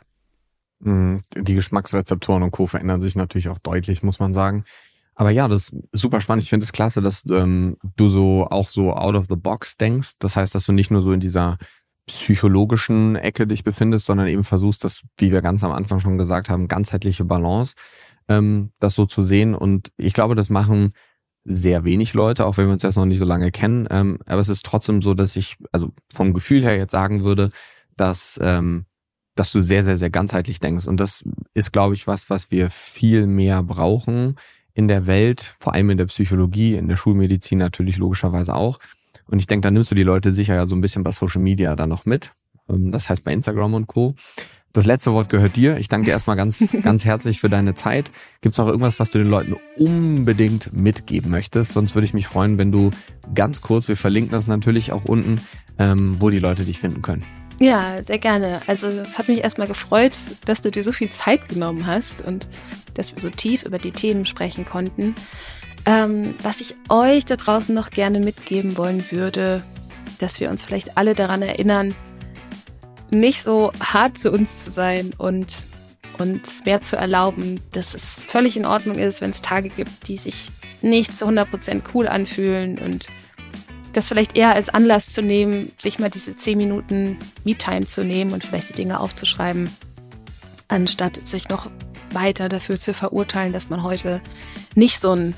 Die Geschmacksrezeptoren und Co. verändern sich natürlich auch deutlich, muss man sagen. Aber ja, das ist super spannend. Ich finde es klasse, dass du so auch so out of the box denkst. Das heißt, dass du nicht nur so in dieser psychologischen Ecke dich befindest, sondern eben versuchst, das, wie wir ganz am Anfang schon gesagt haben, ganzheitliche Balance, das so zu sehen. Und ich glaube, das machen sehr wenig Leute, auch wenn wir uns jetzt noch nicht so lange kennen. Aber es ist trotzdem so, dass ich, also vom Gefühl her jetzt sagen würde, dass du sehr, sehr, sehr ganzheitlich denkst. Und das ist, glaube ich, was wir viel mehr brauchen in der Welt, vor allem in der Psychologie, in der Schulmedizin natürlich logischerweise auch. Und ich denke, da nimmst du die Leute sicher ja so ein bisschen bei Social Media dann noch mit. Das heißt bei Instagram und Co. Das letzte Wort gehört dir. Ich danke dir erstmal ganz, ganz herzlich für deine Zeit. Gibt's noch irgendwas, was du den Leuten unbedingt mitgeben möchtest? Sonst würde ich mich freuen, wenn du ganz kurz, wir verlinken das natürlich auch unten, wo die Leute dich finden können.
Ja, sehr gerne. Also es hat mich erstmal gefreut, dass du dir so viel Zeit genommen hast und dass wir so tief über die Themen sprechen konnten. Was ich euch da draußen noch gerne mitgeben wollen würde, dass wir uns vielleicht alle daran erinnern, nicht so hart zu uns zu sein und uns mehr zu erlauben, dass es völlig in Ordnung ist, wenn es Tage gibt, die sich nicht zu 100% cool anfühlen und das vielleicht eher als Anlass zu nehmen, sich mal diese 10 Minuten Me-Time zu nehmen und vielleicht die Dinge aufzuschreiben, anstatt sich noch weiter dafür zu verurteilen, dass man heute nicht so eine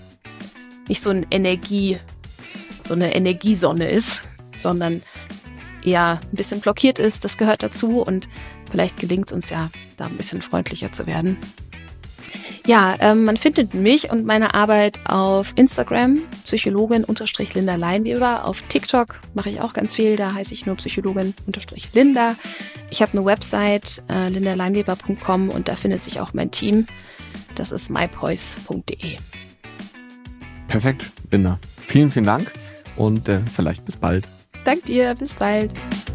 Energiesonne ist, sondern eher ein bisschen blockiert ist. Das gehört dazu und vielleicht gelingt es uns ja, da ein bisschen freundlicher zu werden. Ja, man findet mich und meine Arbeit auf Instagram, Psychologin_Linda Leinweber. Auf TikTok mache ich auch ganz viel, da heiße ich nur Psychologin_Linda. Ich habe eine Website, lindaleinweber.com, und da findet sich auch mein Team. Das ist mypoise.de.
Perfekt, Linda. Vielen, vielen Dank und vielleicht bis bald.
Dank dir, bis bald.